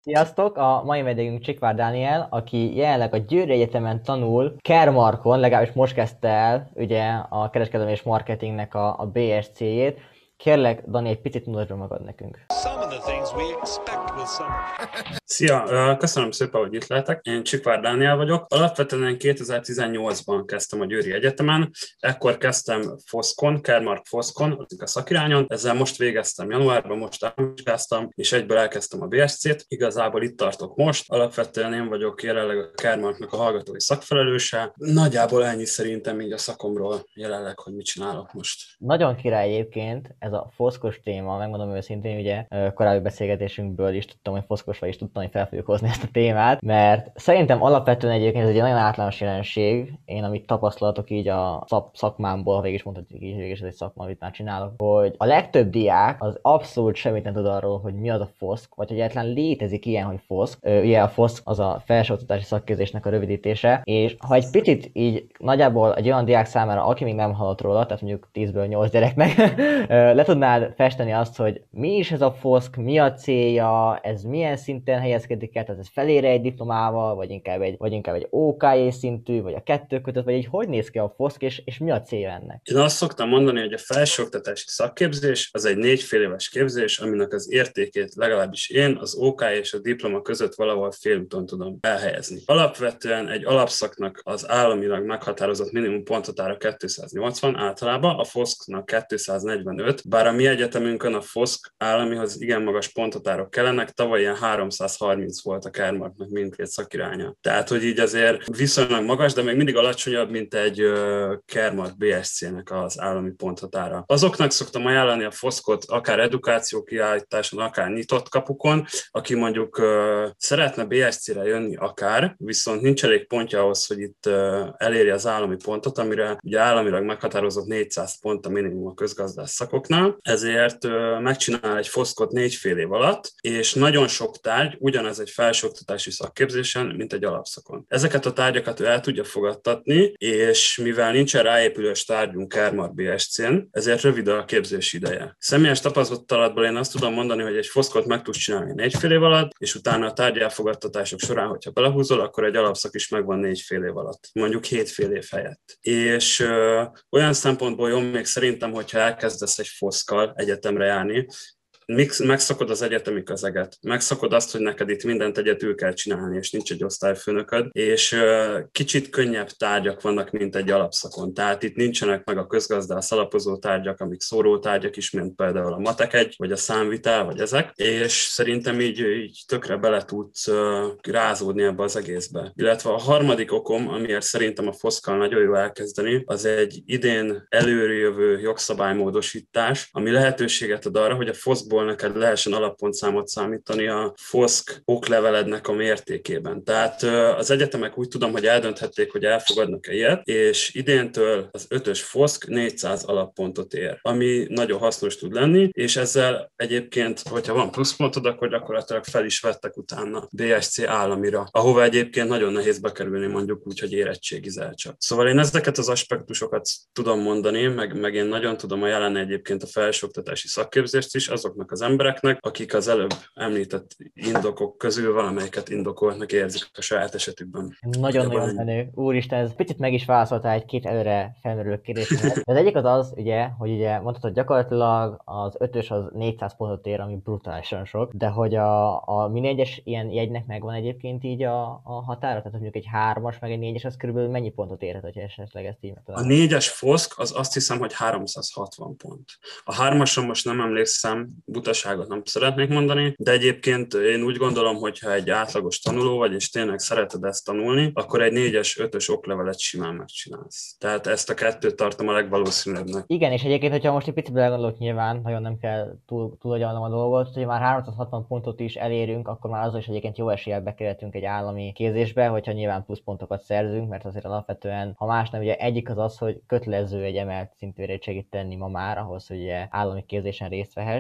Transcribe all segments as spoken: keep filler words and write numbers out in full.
Sziasztok! A mai vendégünk Csikvár Dániel, aki jelenleg a Győri Egyetemen tanul Kermarkon, legalábbis most kezdte el ugye a kereskedelmi és marketingnek a, a bé es cé-jét. Kérlek, Dani, egy picit mutasd be magad nekünk. Szia! Ö, Köszönöm szépen, hogy itt lehetek. Én Csikvár Dániel vagyok. Alapvetően kétezer-tizennyolcban kezdtem a Győri Egyetemen. Ekkor kezdtem Foszkon, Kermark Foszkon, a szakirányon. Ezzel most végeztem januárban, most elvizsgáztam, és egyből elkezdtem a bé es cét. Igazából itt tartok most. Alapvetően én vagyok jelenleg a Kermarknak a hallgatói szakfelelőse. Nagyjából ennyi szerintem így a szakomról jelenleg, hogy mit csinálok most. Nagyon király egyébként ez a foszkos téma, megmondom őszintén, ugye korábbi beszélgetésünkből is tudtam, hogy foszkos vagy, és tudtam, hogy fel fogjuk hozni ezt a témát, mert szerintem alapvetően egyébként ez egy nagyon általános jelenség, én amit tapasztalatok így a szakmámból, végig is mondhatjuk így, végig is ez egy szakma, amit már csinálok, hogy a legtöbb diák az abszolút semmit nem tud arról, hogy mi az a foszk, vagy hogy egyáltalán létezik ilyen, hogy foszk. Ugye a foszk az a felsőoktatási szakképzésnek a rövidítése, és ha egy picit így nagyjából egy olyan diák számára, aki még nem hallott róla, tehát mondjuk tízből nyolc gyereknek, le tudnád festeni azt, hogy mi is ez a foszk, mi a célja, ez milyen szinten helyezkedik el, tehát ez felére egy diplomával, vagy inkább egy, vagy inkább egy o ká é szintű, vagy a kettő kötött, vagy így hogy néz ki a foszk, és, és mi a célja ennek? Én azt szoktam mondani, hogy a felsőoktatási szakképzés az egy négy fél éves képzés, aminek az értékét legalábbis én az o ká é és a diploma között valahol félúton tudom elhelyezni. Alapvetően egy alapszaknak az államilag meghatározott minimum ponthatára kétszáznyolcvan általában, a foszknak kétszáznegyvenöt, bár a mi egyetemünkön a foszk államihoz igen magas ponthatárok kellenek, tavaly ilyen háromszázharminc volt a Kermarknak mindkét szakiránya. Tehát, hogy így azért viszonylag magas, de még mindig alacsonyabb, mint egy uh, Kermark bé es cé-nek az állami ponthatára. Azoknak szoktam ajánlani a foszkot akár edukáció kiállításon, akár nyitott kapukon, aki mondjuk uh, szeretne bé es cé-re jönni akár, viszont nincs elég pontja ahhoz, hogy itt uh, eléri az állami pontot, amire ugye államilag meghatározott négyszáz pont a minimum a közgazdász szakoknál, ezért uh, megcsinál egy foszkot négy fél év alatt, és nagyon sok tárgy ugyanez egy felsőoktatási szakképzésen, mint egy alapszakon. Ezeket a tárgyakat ő el tudja fogadtatni, és mivel nincsen ráépülős tárgyunk Kermark bé es cén, ezért rövid a képzési ideje. Személyes tapasztalatból én azt tudom mondani, hogy egy foszkot meg tudsz csinálni négy fél év alatt, és utána a tárgyi elfogadtatások során, hogyha belehúzol, akkor egy alapszak is megvan négy fél év alatt, mondjuk hét fél év helyett. És ö, olyan szempontból jó még szerintem, hogyha elkezdesz egy foszkkal egyetemre járni, megszakod az egyetemi közeget, megszakod azt, hogy neked itt mindent egyedül kell csinálni, és nincs egy osztályfőnököd, és kicsit könnyebb tárgyak vannak, mint egy alapszakon. Tehát itt nincsenek meg a közgazdász alapozó tárgyak, amik szórótárgyak is, mint például a matek egy, vagy a számvitel, vagy ezek, és szerintem így, így tökre bele tudsz rázódni ebbe az egészbe. Illetve a harmadik okom, amiért szerintem a foszkkal nagyon jó elkezdeni, az egy idén előrejövő jogszabálymódosítás, ami lehetőséget ad arra, hogy a foszkból neked lehessen alappontszámot számítani a foszk oklevelednek a mértékében. Tehát az egyetemek úgy tudom, hogy eldönthették, hogy elfogadnak-e ilyet, és idéntől az ötös foszk négyszáz alappontot ér, ami nagyon hasznos tud lenni, és ezzel egyébként, hogyha van pluszpontod, akkor gyakorlatilag fel is vettek utána bé es cé államira, ahova egyébként nagyon nehéz bekerülni, mondjuk úgy, hogy érettségizel csak. Szóval én ezeket az aspektusokat tudom mondani, meg, meg én nagyon tudom ajánlani egyébként a felsőoktatási szakképzést is azoknak az embereknek, akik az előbb említett indokok közül valamelyiket indokoltnak érzik a saját esetükben. Nagyon-nagyon menő. Úristen, ez picit meg is válaszoltál egy-két előre felmerülő kérdésemet. Az egyik az az, ugye, hogy ugye mondhatod, hogy gyakorlatilag az ötös az négyszáz pontot ér, ami brutálisan sok, de hogy a, a mi négyes ilyen jegynek megvan egyébként így a, a határa? Tehát mondjuk egy hármas, meg egy négyes, az körülbelül mennyi pontot érhet, hogyha esetleg ezt így A négyes foszk az azt hiszem, hogy háromszázhatvan pont. A hármason most nem emlékszem, butaságot nem szeretnék mondani, de egyébként én úgy gondolom, hogy ha egy átlagos tanuló vagy, és tényleg szereted ezt tanulni, akkor egy négyes, ötös oklevelet simán megcsinálsz. Tehát ezt a kettőt tartom a legvalószínűbbnek. Igen, és egyébként, hogyha most egy picit belegondolok, nyilván, nagyon nem kell túl, túlagyalnom a dolgot, hogy már háromszázhatvan pontot is elérünk, akkor már azzal is egyébként jó eséllyel bekerülhetünk egy állami képzésbe, hogyha nyilván plusz pontokat szerzünk, mert azért alapvetően, ha más nem, ugye egyik az az, hogy kötelező egy emelt szintű érettségit tenni ma már, ahhoz, hogy ugye állami képzésen részt vehess, ugye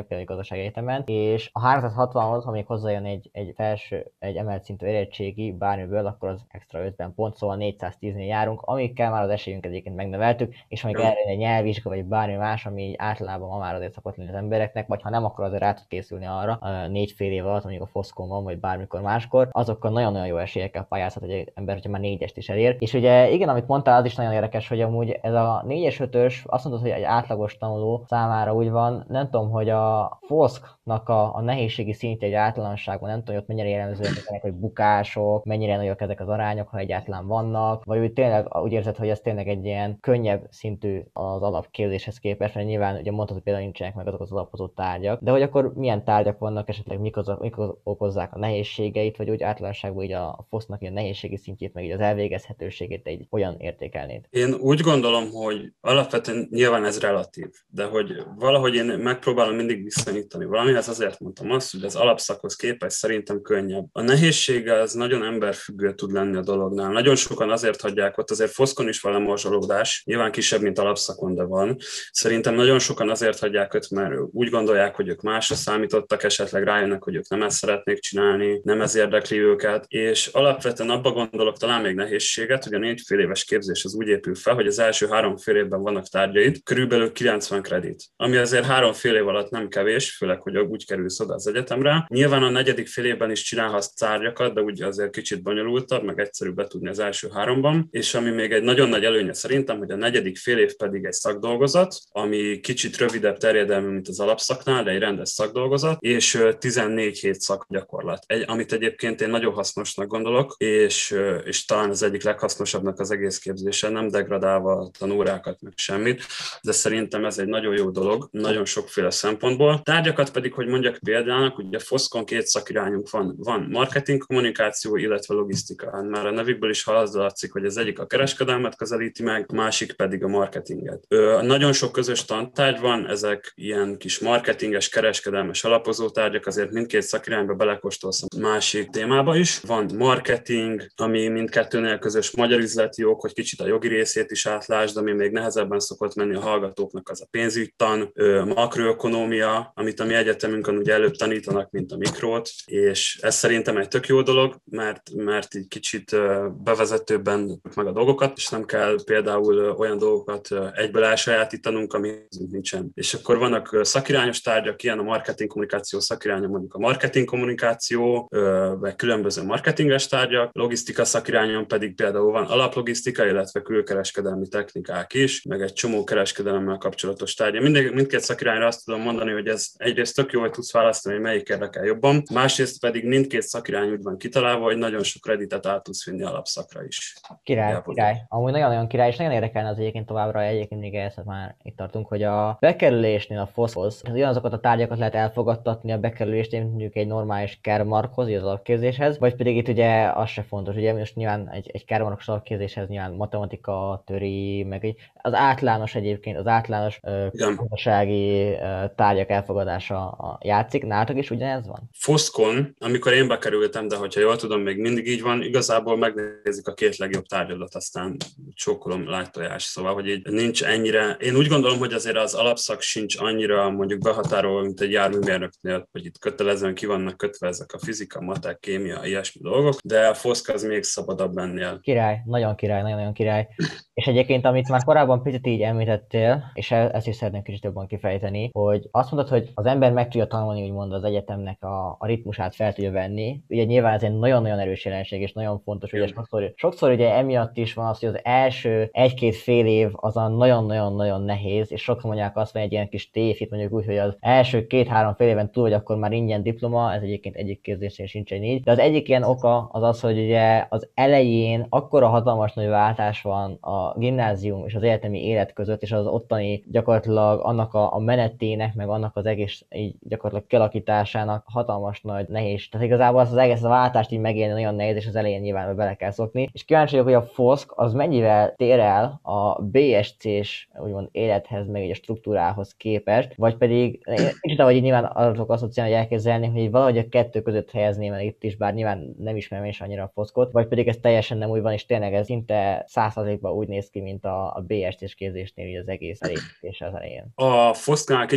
Szakmai Gazdasági Egyetemen, és a háromszázhatvanhoz, ha még hozzájön egy, egy felső, egy emelt szintű érettségi bármiből, akkor az extra ötven pont, szóval négyszáztíznél járunk, amikkel már az esélyünket egyébként megneveltük, és amikor erre egy nyelvvizsga vagy bármi más, ami általában ma már azért szokott lenni az embereknek, vagy ha nem, akkor azért rá tud készülni arra a négy fél év alatt, mondjuk a foszkon van, vagy bármikor máskor, azokkal nagyon-nagyon jó esélyekkel pályázhat egy ember, hogyha már négyest is elér. És ugye igen, amit mondtál, az is nagyon érdekes, hogy amúgy ez a négyes ötös, azt mondod, hogy egy átlagos tanuló számára úgy van, nem tudom, hogy a foszknak a, a nehézségi szintje egy általánosságban, nem tudom, hogy ott mennyire jellemzőek ennek, hogy bukások, mennyire nagyok ezek az arányok, ha egyáltalán vannak, vagy úgy tényleg úgy érzed, hogy ez tényleg egy ilyen könnyebb szintű az alapképzéshez képest, mert nyilván ugye mondtad, hogy például nincsenek meg azok az alapozó tárgyak, de hogy akkor milyen tárgyak vannak, esetleg mik, az, mik az okozzák a nehézségeit, vagy úgy általánosságban így a fosznak a nehézségi szintjét, meg így az elvégezhetőségét egy olyan értékelnéd? Én úgy gondolom, hogy alapvetően nyilván ez relatív, de hogy valahogy én megpróbálom mindig viszonyítani valamihez, azért mondtam azt, hogy az alapszakhoz képest szerintem könnyebb. A nehézsége az nagyon emberfüggő tud lenni a dolognál. Nagyon sokan azért hagyják ott, azért foszkon is van lemorzsolódás, nyilván kisebb, mint alapszakon, de van. Szerintem nagyon sokan azért hagyják őt, mert úgy gondolják, hogy ők másra számítottak, esetleg rájönnek, hogy ők nem ezt szeretnék csinálni, nem ez érdekli őket, és alapvetően abba gondolok talán még nehézséget, hogy a négy fél éves képzés az úgy épül fel, hogy az első három fél évben vannak tárgyaid, körülbelül kilencven kredit, ami azért három fél év alatt nem kevés, főleg, hogy úgy kerülsz oda az egyetemre. Nyilván a negyedik fél évben is csinálhatsz tárgyakat, de ugye azért kicsit bonyolultabb, meg egyszerűbb betudni az első háromban, és ami még egy nagyon nagy előnye szerintem, hogy a negyedik fél év pedig egy szakdolgozat, ami kicsit rövidebb terjedelmű, mint az alapszaknál, de egy rendes szakdolgozat, és tizennégy hét szakgyakorlat. Egy, amit egyébként én nagyon hasznosnak gondolok, és, és talán az egyik leghasznosabbnak az egész képzésen, nem degradálva a tanórákat, meg semmit, de szerintem ez egy nagyon jó dolog, nagyon sokféle szempontból. Tárgyakat pedig, hogy mondjak példának, ugye foszkon két szakirányunk van. Van marketing, kommunikáció, illetve logisztika. Már a nevükből is hallatszik, hogy az egyik a kereskedelmet közelíti meg, a másik pedig a marketinget. Ö, nagyon sok közös tantárgy van, ezek ilyen kis marketinges, kereskedelmes alapozó tárgyak, azért mindkét szakirányba belekóstolsz a másik témába is. Van marketing, ami mindkettőnél közös, magyar üzleti jog, hogy kicsit a jogi részét is átlásd, ami még nehezebben szokott menni a hallgatóknak, az a pénzügytan, makroökonómia, amit a mi egyetemünkön ugye előbb tanítanak, mint a mikrót, és ez szerintem egy tök jó dolog, mert, mert így kicsit bevezetőbben meg a dolgokat, és nem kell például olyan dolgokat egyből elsajátítanunk, ami nincsen. És akkor vannak szakirányos tárgyak, ilyen a marketing kommunikáció szakiránya, mondjuk a marketing kommunikáció, vagy különböző marketinges tárgyak, logisztika szakirányon pedig például van alaplogisztika, illetve külkereskedelmi technikák is, meg egy csomó kereskedelemmel kapcsolatos tárgya. Mind, mindkét szakirányra azt tudom mondani, hogy ez egyrészt tök jó, hogy tudsz választani, hogy melyik érdekel jobban, másrészt pedig mindkét szakirány úgy van kitalálva, hogy nagyon sok kreditet át tudsz vinni alapszakra is. Király, Jából. király. Amúgy nagyon-nagyon király, és nagyon érdekelne az egyébként továbbra, egyébként még ezt már itt tartunk, hogy a bekerülésnél a foszhoz, ugyanazokat a tárgyakat lehet elfogadtatni a bekerülésnél, mint mondjuk egy normális kermarkhoz, az alapképzéshez, vagy pedig itt ugye az se fontos, ugye most nyilván egy, egy kermarkos alapképzéshez nyilván matematika, töri, meg így az általános egyébként, az általános gazdasági tárgyak elfogadása a játszik, nálatok is ugyanez van? Foszkon, amikor én bekerültem, de hogyha jól tudom, még mindig így van, igazából megnézik a két legjobb tárgyadat, aztán csókolom lájtojás, szóval, hogy így nincs ennyire, én úgy gondolom, hogy azért az alapszak sincs annyira mondjuk behatárolva, mint egy járműmérnöknél, hogy itt kötelezően ki vannak kötve ezek a fizika, matek, kémia, ilyesmi dolgok, de a foszk az még szabadabb ennél. Király, nagyon király, nagyon-nagyon király. És egyébként, amit már korábban picit így említettél, és ezt is szeretném kicsit jobban kifejteni, hogy azt mondod, hogy az ember meg tudja tanulni, úgymond az egyetemnek a, a ritmusát fel tudja venni. Ugye nyilván ez egy nagyon-nagyon erős jelenség, és nagyon fontos, ugye sokszor, sokszor ugye emiatt is van az, hogy az első egy-két fél év az a nagyon-nagyon-nagyon nehéz, és sokan mondják azt, hogy egy ilyen kis tévhit, mondjuk úgy, hogy az első két-három fél éven túl, hogy akkor már ingyen diploma, ez egyébként egyik képzésén sincsen így. De az egyik ilyen oka az az, hogy ugye az elején akkora hatalmas nagy váltás van a gimnázium és az egyetemi élet között, és az ottani gyakorlatilag annak a, a menetének, meg annak az egész így gyakorlatilag kialakításának hatalmas nagy nehéz. Tehát igazából az, az egész a váltást így megélni nagyon nehéz, és az elején nyilván bele kell szokni. És kíváncsi vagyok, hogy a foszk az mennyivel tér el a bé es cés úgymond élethez, meg így a struktúrához képest, vagy pedig kicsit ahogy így nyilván azok asszociálni, hogy elképzelni, hogy valahogy a kettő között helyezném el itt is, bár nyilván nem ismerem is annyira a foszkot, vagy pedig ez teljesen nem úgy van, és tényleg ez szinte száz százalékban úgy néz ki, mint a, a bé es cés képzésnél így az egész elépítése az elején. A foszknál kicsit att-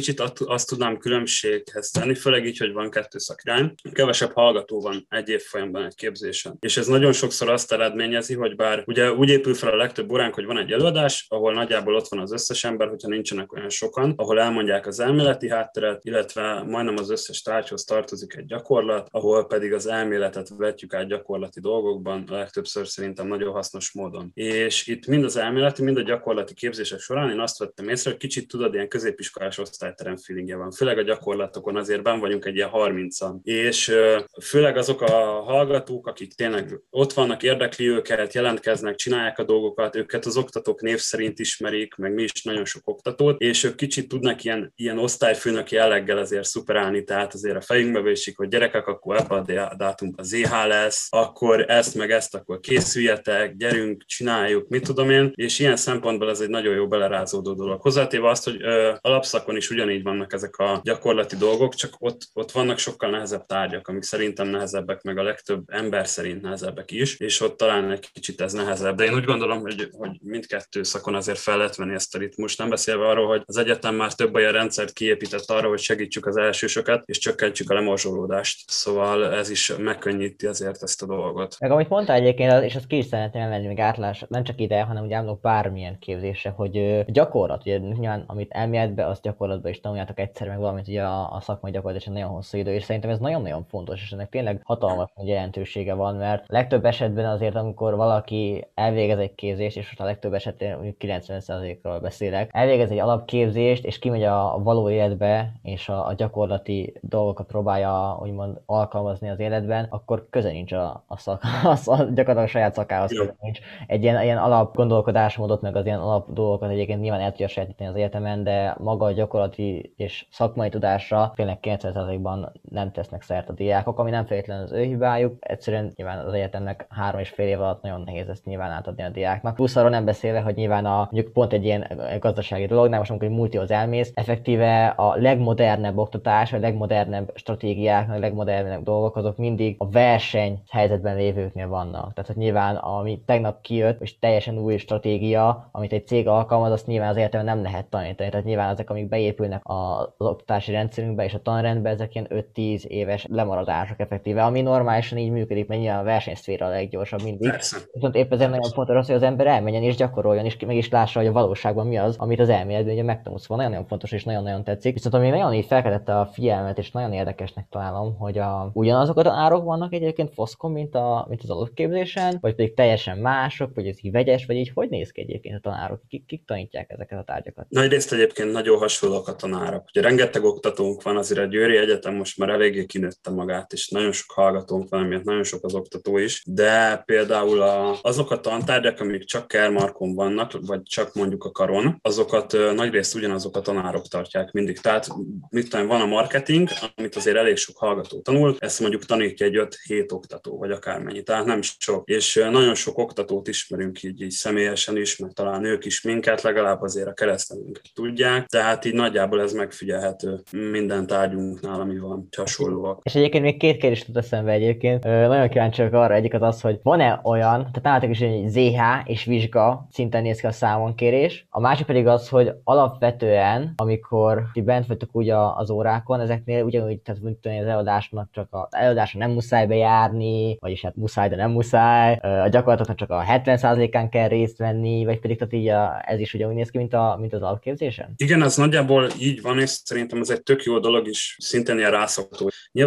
azt tudnám különbséghez tenni, főleg így, hogy van kettő szakirány. Kevesebb hallgató van egy évfolyamban egy képzésen. És ez nagyon sokszor azt eredményezi, hogy bár ugye úgy épül fel a legtöbb óránk, hogy van egy előadás, ahol nagyjából ott van az összes ember, hogyha nincsenek olyan sokan, ahol elmondják az elméleti hátteret, illetve majdnem az összes tárgyhoz tartozik egy gyakorlat, ahol pedig az elméletet vetjük át gyakorlati dolgokban, a legtöbbször szerintem nagyon hasznos módon. És itt mind az elméleti, mind a gyakorlati képzések során én azt vettem észre, hogy kicsit tudod, ilyen középiskolás osztályterem feelingje van. Főleg a gyakorlatokon azért benn vagyunk egy ilyen harmincan. És főleg azok a hallgatók, akik tényleg ott vannak, érdekli őket, jelentkeznek, csinálják a dolgokat, őket az oktatók név szerint ismerik, meg mi is nagyon sok oktatót, és ők kicsit tudnak ilyen, ilyen osztályfőnök jelleggel azért szuperálni, tehát azért a fejünkbe vésik, hogy gyerekek, akkor ebben a dátumban a zé há lesz, akkor ezt meg ezt, akkor készüljetek, gyerünk, csináljuk, mit tudom én, és ilyen szempontból ez egy nagyon jó belerázódó dolog. Hozzátéve azt, hogy ö, alapszakon is ugyanígy vannak ezek a gyakorlati dolgok, csak ott, ott vannak sokkal nehezebb tárgyak, amik szerintem nehezebbek, meg a legtöbb ember szerint nehezebbek is, és ott talán egy kicsit ez nehezebb. De én úgy gondolom, hogy, hogy mindkettő szakon azért fel lehet venni ezt a ritmust, nem beszélve arról, hogy az egyetem már több olyan rendszert kiépített arra, hogy segítsük az elsősöket, és csökkentsük a lemorzsolódást. Szóval ez is megkönnyíti azért ezt a dolgot. Meg amit mondtál egyébként, és azt ki is szeretném emelni még átlás, nem csak ide, hanem úgy állok bármilyen képzésre, hogy gyakorlat, ugye nyilván, amit elméletbe, azt gyakorlatban is tanuljátok egyszer, meg valamit ugye a, a szakmai gyakorlat is nagyon hosszú idő, és szerintem ez nagyon-nagyon fontos, és ennek tényleg hatalmas jelentősége van, mert legtöbb esetben azért, amikor valaki elvégez egy képzést, és most a legtöbb esetben mondjuk kilencven százalékról beszélek, elvégez egy alapképzést, és kimegy a való életbe, és a, a gyakorlati dolgokat próbálja úgymond alkalmazni az életben, akkor köze nincs a, a szak, a, gyakorlatilag a saját szakához köze nincs. Egy ilyen, ilyen alap gondolkodásmódot, meg az ilyen alap dolgokat egyébként nyilván el tudja sajátítani az egyetemen, de maga a gyakorlati és szakmai tudásra tényleg kilencven százalékban nem tesznek szert a diákok, ami nem feltétlenül az ő hibájuk, egyszerűen nyilván az egyetemnek három és fél év alatt nagyon nehéz ezt nyilván átadni a diáknak. Plusz arról nem beszélve, hogy nyilván a, mondjuk pont egy ilyen gazdasági dolognál, most amikor egy multihoz elmész, effektíve a legmodernebb oktatás, a legmodernebb stratégiák, a legmodernebb dolgok, azok mindig a verseny helyzetben lévőknél vannak. Tehát, hogy nyilván ami tegnap kijött, és teljesen új stratégia, amit egy cég alkalmaz, azt nyilván az egyetemen nem lehet tanítani. Tehát nyilván ezek, amik beépülnek az oktatási rendszerünkbe és a tanrendbe, ezek ilyen öt-tíz éves lemaradások effektíve, ami normálisan így működik, mert nyilván a versenyszféra a leggyorsabb mindig. Persze. Viszont épp ezért nagyon fontos az, hogy az ember elmenjen és gyakoroljon, és meg is lássa, hogy a valóságban mi az, amit az elméletben ugye megtanulsz. Szóval nagyon-nagyon fontos és nagyon-nagyon tetszik. Viszont ami nagyon így felkeltette a figyelmet, és nagyon érdekesnek találom, hogy a, ugyanazok a tanárok vannak egyébként foszkon, mint, a, mint az alapképzésen, vagy pedig teljesen mások, vagy ez így vegyes, vagy így hogy néz ki egyébként a tanárok? Kik, kik tanítják ezeket a tárgyakat? Nagyrészt egyébként nagyon hasonlók a tanárok. Ugye rengeteg oktatónk van, azért a Győri Egyetem most már eléggé kinőtte magát, és nagyon sok hallgatónk van, amiért nagyon sok az oktató is, de például a, azok a tantárgyak, amik csak Kermarkon vannak, vagy csak mondjuk a karon, azokat nagyrészt ugyanazok a tanárok tartják mindig. Tehát mit tudom, van a marketing, amit azért elég sok hallgató tanul, ezt mondjuk tanítja egy öt-hét oktató, vagy akármennyi, tehát nem sok. És nagyon sok oktatót ismerünk így, így személyesen is, meg talán ők is minket, legalább azért a keresztnevünket tudják, tehát így nagyjából ez megfigyelhető minden tárgyunknál, ami van, hasonlóak. És egyébként még két kérdés jut eszembe egyébként. Ö, nagyon kíváncsi vagyok arra, egyik az az, hogy van-e olyan, tehát nálatok is egy zé há és vizsga szinten néz ki a számonkérés, a másik pedig az, hogy alapvetően, amikor ti bent vagytok úgy az órákon, ezeknél ugyanúgy, tehát mint az előadásnak csak az előadásra nem muszáj bejárni, vagyis hát muszáj, de nem muszáj, a gyakorlatoknak csak a hetven százalékán kell részt venni, vagy pedig tehát így a, ez is ugyanúgy néz ki, mint, a, mint az alapképzésen? Igen, ez nagyjából így van, és szerintem ez egy tök jó dolog is, szintén ilyen rászokható.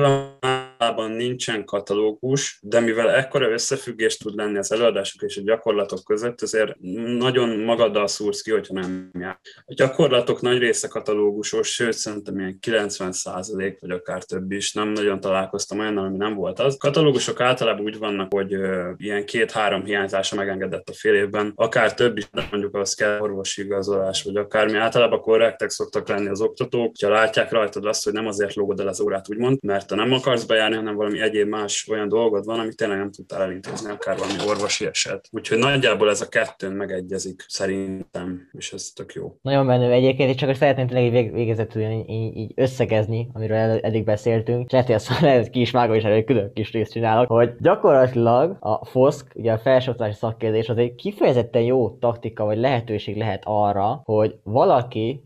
Nyilván nincsen katalógus, de mivel ekkora összefüggés tud lenni az előadások és a gyakorlatok között, azért nagyon magaddal szúrsz ki, hogyha nem jár. A gyakorlatok nagy része katalógusos, sőt szerintem ilyen kilencven százalék, vagy akár több is, nem nagyon találkoztam olyannal, ami nem volt az. Katalógusok általában úgy vannak, hogy uh, ilyen két-három hiányzása megengedett a fél évben, akár több is, mondjuk az kell orvosi igazolás, vagy akármi. Általában korrektek szoktak lenni az oktatók, ha látják rajtad azt, hogy nem azért lógod el az órát, úgymond, mert te nem akarsz bejárni, hanem valami egyéb más olyan dolgod van, amit tényleg nem tudtál elintézni, akár valami orvosi eset. Úgyhogy nagyjából ez a kettőn megegyezik szerintem, és ez tök jó. Nagyon menő egyébként, és csak szeretném tényleg végezetül így, így, így összegezni, amiről eddig beszéltünk, és lehet, hogy azt lehet, ki is vágom, és egy külön kis részt csinálok, hogy gyakorlatilag a foszk, ugye a felsőoktatási szakképzés, az egy kifejezetten jó taktika, vagy lehetőség lehet arra, hogy valaki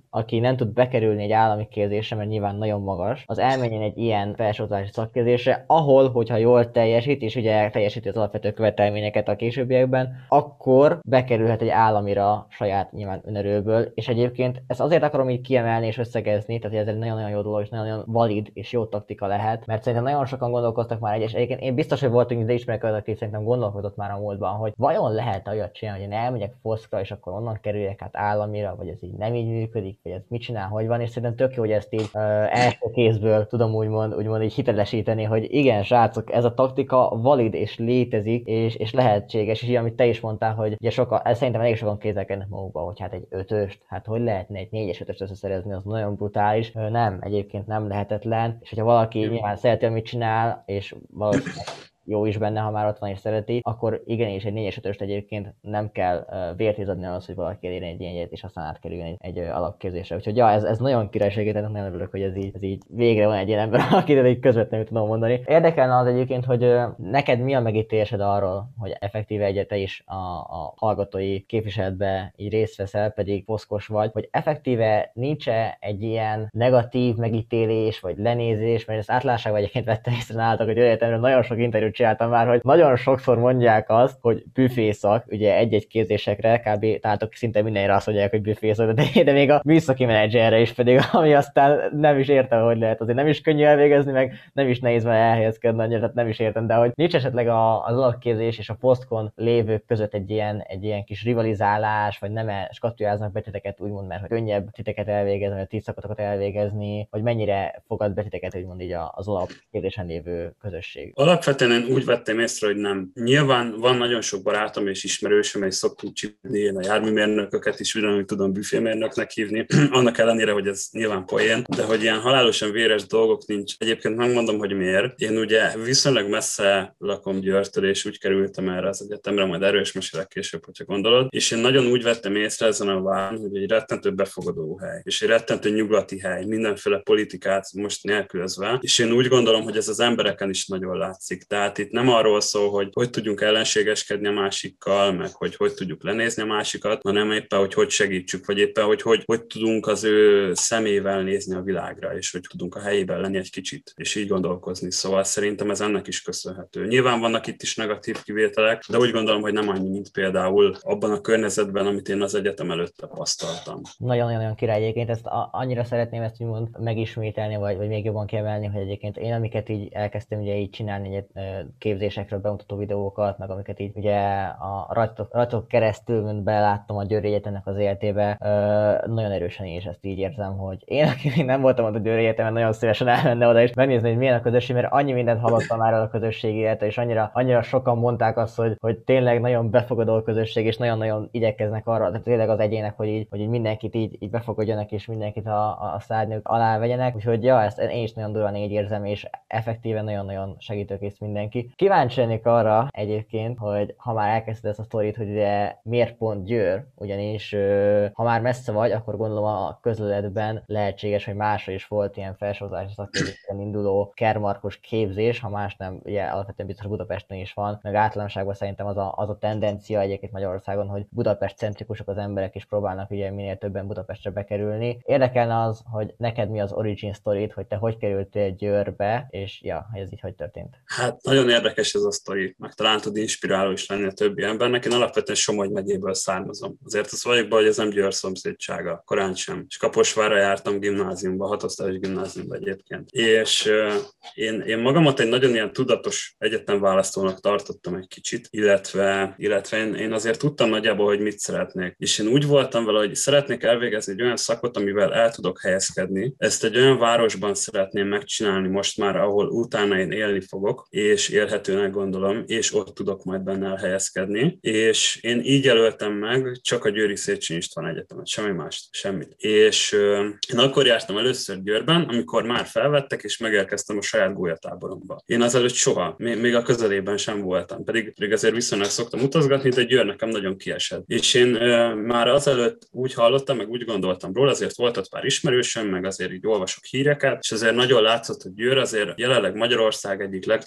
aki nem tud bekerülni egy állami képzésre, mert nyilván nagyon magas, az elmenjen egy ilyen felsőoktatási szakképzésre, ahol, hogyha jól teljesít, és ugye teljesíti az alapvető követelményeket a későbbiekben, akkor bekerülhet egy államira saját nyilván önerőből, és egyébként ezt azért akarom így kiemelni és összegezni, tehát ez egy nagyon-nagyon jó dolog, és nagyon-nagyon valid és jó taktika lehet, mert szerintem nagyon sokan gondolkoztak már egyes, egyébként én biztos, hogy voltunk ide ismerők, aki szerintem gondolkodott már a múltban, hogy vajon lehet olyat csinálni, hogy én elmegyek foszkra, és akkor onnan kerüljek át államira, vagy ez így nem így működik, vagy ez mit csinál, hogy van, és szerintem tök jó, hogy ezt így uh, első kézből tudom úgymond, úgymond így hitelesíteni, hogy igen, srácok, ez a taktika valid és létezik, és, és lehetséges, és így, amit te is mondtál, hogy ugye sokan, ez szerintem elég sokan kételkednek magukba, hogy hát egy ötöst, hát hogy lehetne egy négyes ötöst összeszerezni, az nagyon brutális. Nem, egyébként nem lehetetlen, és hogyha valaki nyilván szereti, amit csinál, és valószínűleg jó is benne, ha már ott van és szereti, akkor igenis egy négyes ötöst egyébként nem kell uh, vért adni ahhoz, hogy valaki elérjen egy ilyenjét, és aztán átkerüljön egy, egy uh, alapképzésre. Úgyhogy ja, ez, ez nagyon királyság, tehát nagyon örülök, hogy ez így, ez így végre van egy ilyen ember, akit így közvetlenül tudom mondani. Érdekelne az egyébként, hogy uh, neked mi a megítélésed arról, hogy effektíve egyet te is a, a hallgatói képviseletbe így részt veszel, pedig foszkos vagy, hogy effektíve nincs-e egy ilyen negatív megítélés, vagy lenézés, mert ezt átlásságban egyébként vettem észre nálatok, hogy egyetemről nagyon sok interjút csináltam már, hogy nagyon sokszor mondják azt, hogy büfészak, ugye egy-egy képzésekre, kb. Tátok szinte mindenre azt mondják, hogy büfészak, de, de még a műszaki menedzserre is pedig, ami aztán nem is értem, hogy lehet, azért nem is könnyű elvégezni, meg nem is nehéz már elhelyezkedni annyira, tehát nem is értem, de hogy nincs esetleg a, az alapképzés és a posztkon lévők között egy ilyen, egy ilyen kis rivalizálás, vagy nem skatujáznak be titeket, úgymond, mert hogy könnyebb titeket elvégezni, vagy tíz szakatokat elvégezni, hogy mennyire fogad be titeket, úgymond így az alapképzésen lévő közösség. Alapvetően én úgy vettem észre, hogy nem. Nyilván van nagyon sok barátom és ismerősöm, és szoktuk csipni, én a járműmérnököket is ugyanúgy tudom büfémérnöknek hívni, annak ellenére, hogy ez nyilván poén, de hogy ilyen halálosan véres dolgok nincs. Egyébként megmondom, hogy miért. Én ugye viszonylag messze lakom Győrtől, és úgy kerültem erre az egyetemre, majd erről is mesélek később, hogyha gondolod. És én nagyon úgy vettem észre ezen a váron, hogy egy rettentő befogadó hely, és egy rettentő nyugati hely, mindenféle politikát most nélkülözve, és én úgy gondolom, hogy ez az embereken is nagyon látszik. Tehát itt nem arról szól, hogy hogy tudjunk ellenségeskedni a másikkal, meg hogy hogy tudjuk lenézni a másikat, hanem éppen, hogy hogy segítsük, vagy éppen, hogy hogy, hogy tudunk az ő szemével nézni a világra, és hogy tudunk a helyében lenni egy kicsit, és így gondolkozni. Szóval szerintem ez ennek is köszönhető. Nyilván vannak itt is negatív kivételek, de úgy gondolom, hogy nem annyi, mint például abban a környezetben, amit én az egyetem előtt tapasztaltam. Nagyon-nagyon király egyébként, ezt a, annyira szeretném ezt úgymond megismételni, vagy, vagy még jobban kiemelni, hogy egyébként én, amiket így elkezdtem ugye így csinálni, egy képzésekről bemutató videókat, meg amiket így ugye a rajtok, rajtok keresztül, mint beláttam a Győri Egyetemnek az életébe, nagyon erősen én is ezt így érzem, hogy én, aki még nem voltam ott a Győri Egyetemen, nagyon szívesen elmenne oda és megnézni, hogy milyen a közösség, mert annyi mindent hallottam már a közösségi élete, és annyira, annyira sokan mondták azt, hogy, hogy tényleg nagyon befogadó a közösség, és nagyon-nagyon igyekeznek arra, tehát tényleg az egyének, hogy így, hogy így mindenkit így, így befogadjanak, és mindenkit a, a szárnyuk alá vegyenek, úgyhogy ja, ezt én is nagyon durván így érzem, és effektíven nagyon-nagyon segítőkész mindenki. Kíváncsi lennék arra egyébként, hogy ha már elkezdted ezt a sztorit, hogy ugye miért pont Győr, ugyanis ha már messze vagy, akkor gondolom a közületben lehetséges, hogy másra is volt ilyen felsorozási szakképzésen induló kermarkos képzés, ha más nem, ugye alapvetően biztos Budapesten is van, meg általánosságban szerintem az a, az a tendencia egyébként Magyarországon, hogy Budapest-centrikusok az emberek is próbálnak ugye minél többen Budapestre bekerülni. Érdekelne az, hogy neked mi az origin storyt, hogy te hogy kerültél Győrbe, és ja, ez így hogy történt? Hát nagyon érdekes ez a sztori, meg talán tud inspiráló is lenni a többi embernek. Én alapvetően Somogy megyéből származom. Azért az vagyok be, hogy ez nem Győr szomszédsága, korán sem. És Kaposvárra jártam gimnáziumba, hatosztályos gimnáziumba egyébként. És uh, én, én magamat egy nagyon ilyen tudatos egyetemválasztónak tartottam egy kicsit, illetve, illetve én, én azért tudtam nagyjából, hogy mit szeretnék. És én úgy voltam vele, hogy szeretnék elvégezni egy olyan szakot, amivel el tudok helyezkedni. Ezt egy olyan városban szeretném megcsinálni most már, ahol utána én élni fogok, és élhetőnek gondolom, és ott tudok majd benne elhelyezkedni. És én így jelöltem meg csak a Győri Széchenyi István Egyetemet, semmi mást, semmit. És euh, én akkor jártam először Győrben, amikor már felvettek, és megérkeztem a saját gólyatáboromba. Én azelőtt soha, még a közelében sem voltam, pedig, pedig azért viszonylag szoktam utazgatni, de Győr nekem nagyon kiesett. És én euh, már azelőtt úgy hallottam, meg úgy gondoltam róla, azért volt ott pár ismerősöm, meg azért így olvasok híreket, és azért nagyon látszott, hogy Győr azért jelenleg Magyarország egyik legdinamikusabb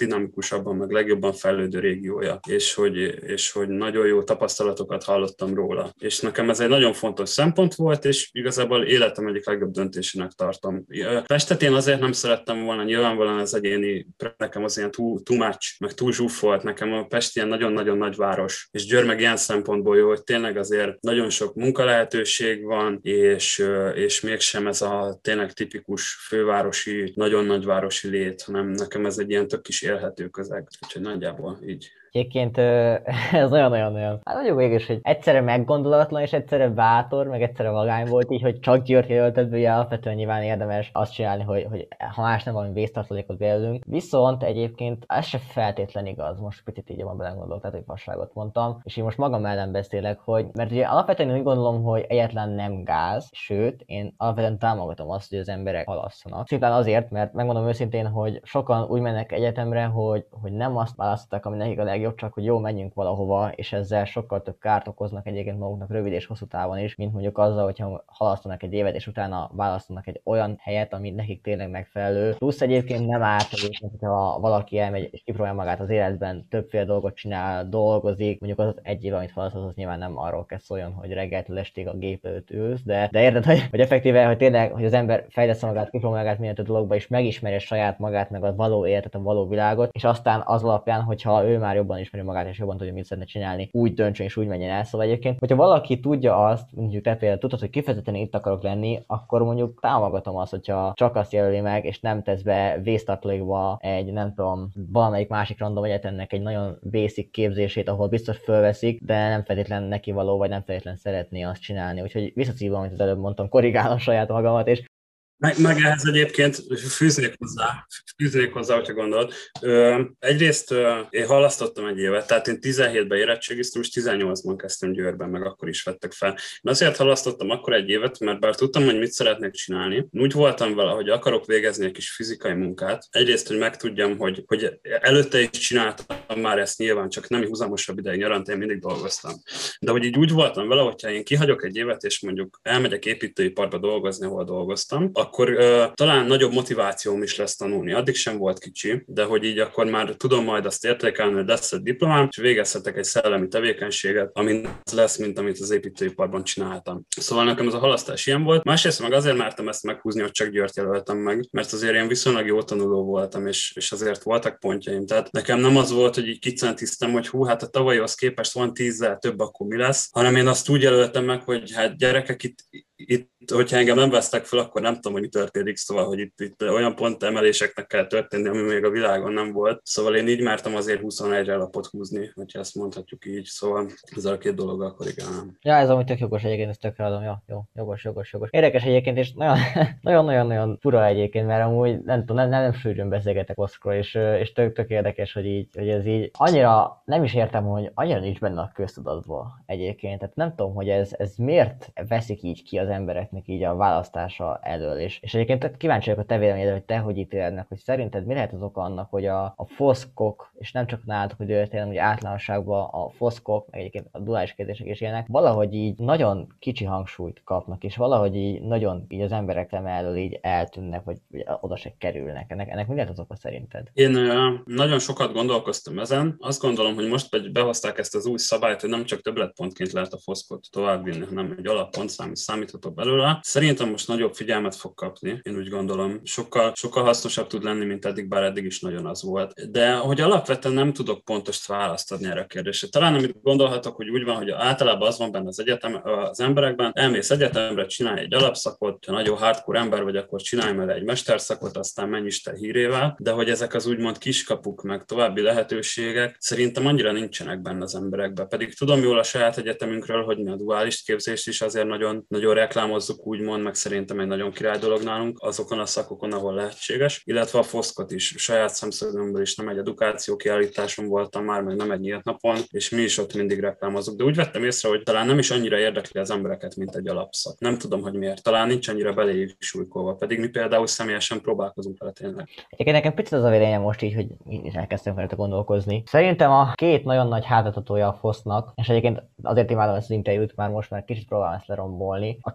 leggyorsabban, meg legjobban fejlődő régiója, és hogy, és hogy nagyon jó tapasztalatokat hallottam róla. És nekem ez egy nagyon fontos szempont volt, és igazából életem egyik legjobb döntésének tartom. Pestet én azért nem szerettem volna, nyilvánvalóan az egyéni, nekem az ilyen too, too much, meg túl zsúfolt, nekem a Pest ilyen nagyon-nagyon nagy város, és Győr meg ilyen szempontból jó, hogy tényleg azért nagyon sok munkalehetőség van, és, és mégsem ez a tényleg tipikus fővárosi, nagyon nagyvárosi lét, hanem nekem ez egy ilyen tök kis élhető közeg, úgyhogy nagyjából így. Egyébként ez nagyon-nagyon-nagyon, hát mondjuk mégis, hogy egyszerre meggondolatlan és egyszerre bátor, meg egyszerre vagány volt így, hogy csak Győrt jelölted be, ugye alapvetően nyilván érdemes azt csinálni, hogy, hogy ha más nem valami vésztartalékot belőlünk. Viszont egyébként ez se feltétlen igaz, most picit így jobban belegondolok, tehát hogy fasságot mondtam, és én most magam ellen beszélek, hogy, mert ugye alapvetően úgy gondolom, hogy egyetlen nem gáz, sőt, én alapvetően támogatom azt, hogy az emberek halasszanak. Szimplán azért, mert megmondom őszintén, hogy sokan úgy mennek egyetemre, hogy, hogy nem azt választották, ami nekik a leg jobb, csak hogy jó, menjünk valahova, és ezzel sokkal több kárt okoznak egyébként maguknak rövid és hosszú távon is, mint mondjuk azzal, hogyha halasztanak egy évet, és utána választanak egy olyan helyet, ami nekik tényleg megfelelő. Plusz egyébként nem árt, egyébként, hogyha valaki elmegy és kipróbálja magát az életben, többféle dolgot csinál, dolgozik, mondjuk az egy év, amit választott, az nyilván nem arról kell szóljon, hogy reggeltől estig a gép előtt ülsz, de, de érted, hogy, hogy effektíve, hogy tényleg, hogy az ember fejlesz magát, kipróbálja magát minél több dologba, és megismerje saját magát, meg a való életet, a való világot, és aztán az alapján, hogyha ő már jobban ismeri magát és jobban tudja, mit szeretne csinálni, úgy döntsön és úgy menjen el. Szóval egyébként, hogyha valaki tudja azt, mondjuk te például tudod, hogy kifejezetten itt akarok lenni, akkor mondjuk támogatom azt, hogyha csak azt jelöli meg, és nem tesz be vésztartalékba egy, nem tudom, valamelyik másik random egyetemnek egy nagyon basic képzését, ahol biztos fölveszik, de nem feltétlen neki való, vagy nem feltétlen szeretné azt csinálni. Úgyhogy visszacívom, amit az előbb mondtam, korrigálom saját magamat, és Meg, meg ehhez egyébként fűznék hozzá, fűznék hozzá, hogyha gondolod. Ö, egyrészt ö, én halasztottam egy évet, tehát én tizenhétben érettségiztem, és tizennyolcban kezdtem Győrben, meg akkor is vettek fel. Én azért halasztottam akkor egy évet, mert bár tudtam, hogy mit szeretnék csinálni, úgy voltam vele, hogy akarok végezni egy kis fizikai munkát. Egyrészt, hogy megtudjam, hogy, hogy előtte is csináltam már ezt nyilván, csak nem húzamosabb ideig nyaranta, én mindig dolgoztam. De hogy így úgy voltam vele, hogyha én kihagyok egy évet, és mondjuk elmegyek építőiparba dolgozni, ahol dolgoztam, akkor uh, talán nagyobb motivációm is lesz tanulni. Addig sem volt kicsi, de hogy így akkor már tudom majd azt értékelni, hogy lesz egy diplomám, és végezhetek egy szellemi tevékenységet, ami lesz, mint amit az építőiparban csináltam. Szóval nekem ez a halasztás ilyen volt. Másrészt meg azért mertem ezt meghúzni, hogy csak Győrt jelöltem meg, mert azért én viszonylag jó tanuló voltam, és, és azért voltak pontjaim. Tehát nekem nem az volt, hogy így kicentíztem, hogy hú, hát a tavalyhoz képest van tízzel több, akkor mi lesz, hanem én azt úgy jelöltem meg, hogy hát gyerekek, itt, itt hogyha engem nem vesztek fel, akkor nem tudom, hogy mi történik, szóval, hogy itt, itt olyan pont emeléseknek kell történni, ami még a világon nem volt. Szóval én így mertem azért huszonegyre lapot húzni, hogyha ezt mondhatjuk így, szóval ezzel a két dologgal korrigálnám. Ja, ez amúgy tök jogos egyébként, ezt tökre adom, ja, jó, jogos, jogos, jogos. Érdekes egyébként, és nagyon-nagyon-nagyon fura egyébként, mert amúgy nem tudom, nem, nem, nem sűrűn beszélgetek oszkról, és, és tök, tök érdekes, hogy így, hogy ez így, annyira nem is értem, hogy annyira nincs benne a köztudatban egyébként, tehát nem tudom, hogy ez, ez miért veszik így ki az embereknek így a választása elől, és, és egyébként kíváncsi vagyok a te véleményedre, hogy te hogy ítéled meg, hogy szerinted mi lehet az oka annak, hogy a, a foszkok, és nem csak nálatok, hogy történelem, hogy általánosságban a foszkok, meg egyébként a duális kérdések is ilyenek, valahogy így nagyon kicsi hangsúlyt kapnak, és valahogy így nagyon így az emberek szem elől így eltűnnek, vagy oda se kerülnek. Ennek, ennek mi lehet az oka szerinted? Én uh, nagyon sokat gondolkoztam ezen. Azt gondolom, hogy most behozták ezt az új szabályt, hogy nem csak többletpontként lehet a foszkot továbbvinni, hanem egy alappontszám is számítható belőle. Szerintem most nagyobb figyelmet fog kapni, én úgy gondolom. Sokkal, sokkal hasznosabb tud lenni, mint eddig, bár eddig is nagyon az volt. De hogy alapvetően nem tudok pontos választ adni erre a kérdésre. Talán amit gondolhatok, hogy úgy van, hogy általában az van benne az egyetem, az emberekben, elmész egyetemre, csinálj egy alapszakot, ha nagyon hardcore ember vagy, akkor csinálj meg egy mesterszakot, aztán menj Isten hírével, de hogy ezek az úgymond kiskapuk, meg további lehetőségek szerintem annyira nincsenek benne az emberekben. Pedig tudom jól a saját egyetemünkről, hogy mi a duális képzést is azért nagyon, nagyon reklámozzuk, úgymond, meg szerintem egy nagyon király dolog nálunk azokon a szakokon, ahol lehetséges, illetve a foszkot is. Saját szemszögömből is nem egy edukáció kiállításon voltam már, meg nem egy nyílt napon, és mi is ott mindig reklámozunk. De úgy vettem észre, hogy talán nem is annyira érdekli az embereket, mint egy alapszak. Nem tudom, hogy miért. Talán nincs annyira beléjük súlykolva, pedig mi például személyesen próbálkozunk vele tényleg. Egyébként nekem picit az a véleményem most így, hogy én is elkezdtem felett gondolkozni. Szerintem a két nagyon nagy hátatatója a fosznak, és egyébként azért imádom ezt az interjút, már most már kicsit próbálom ezt lerombolni. A két nagyon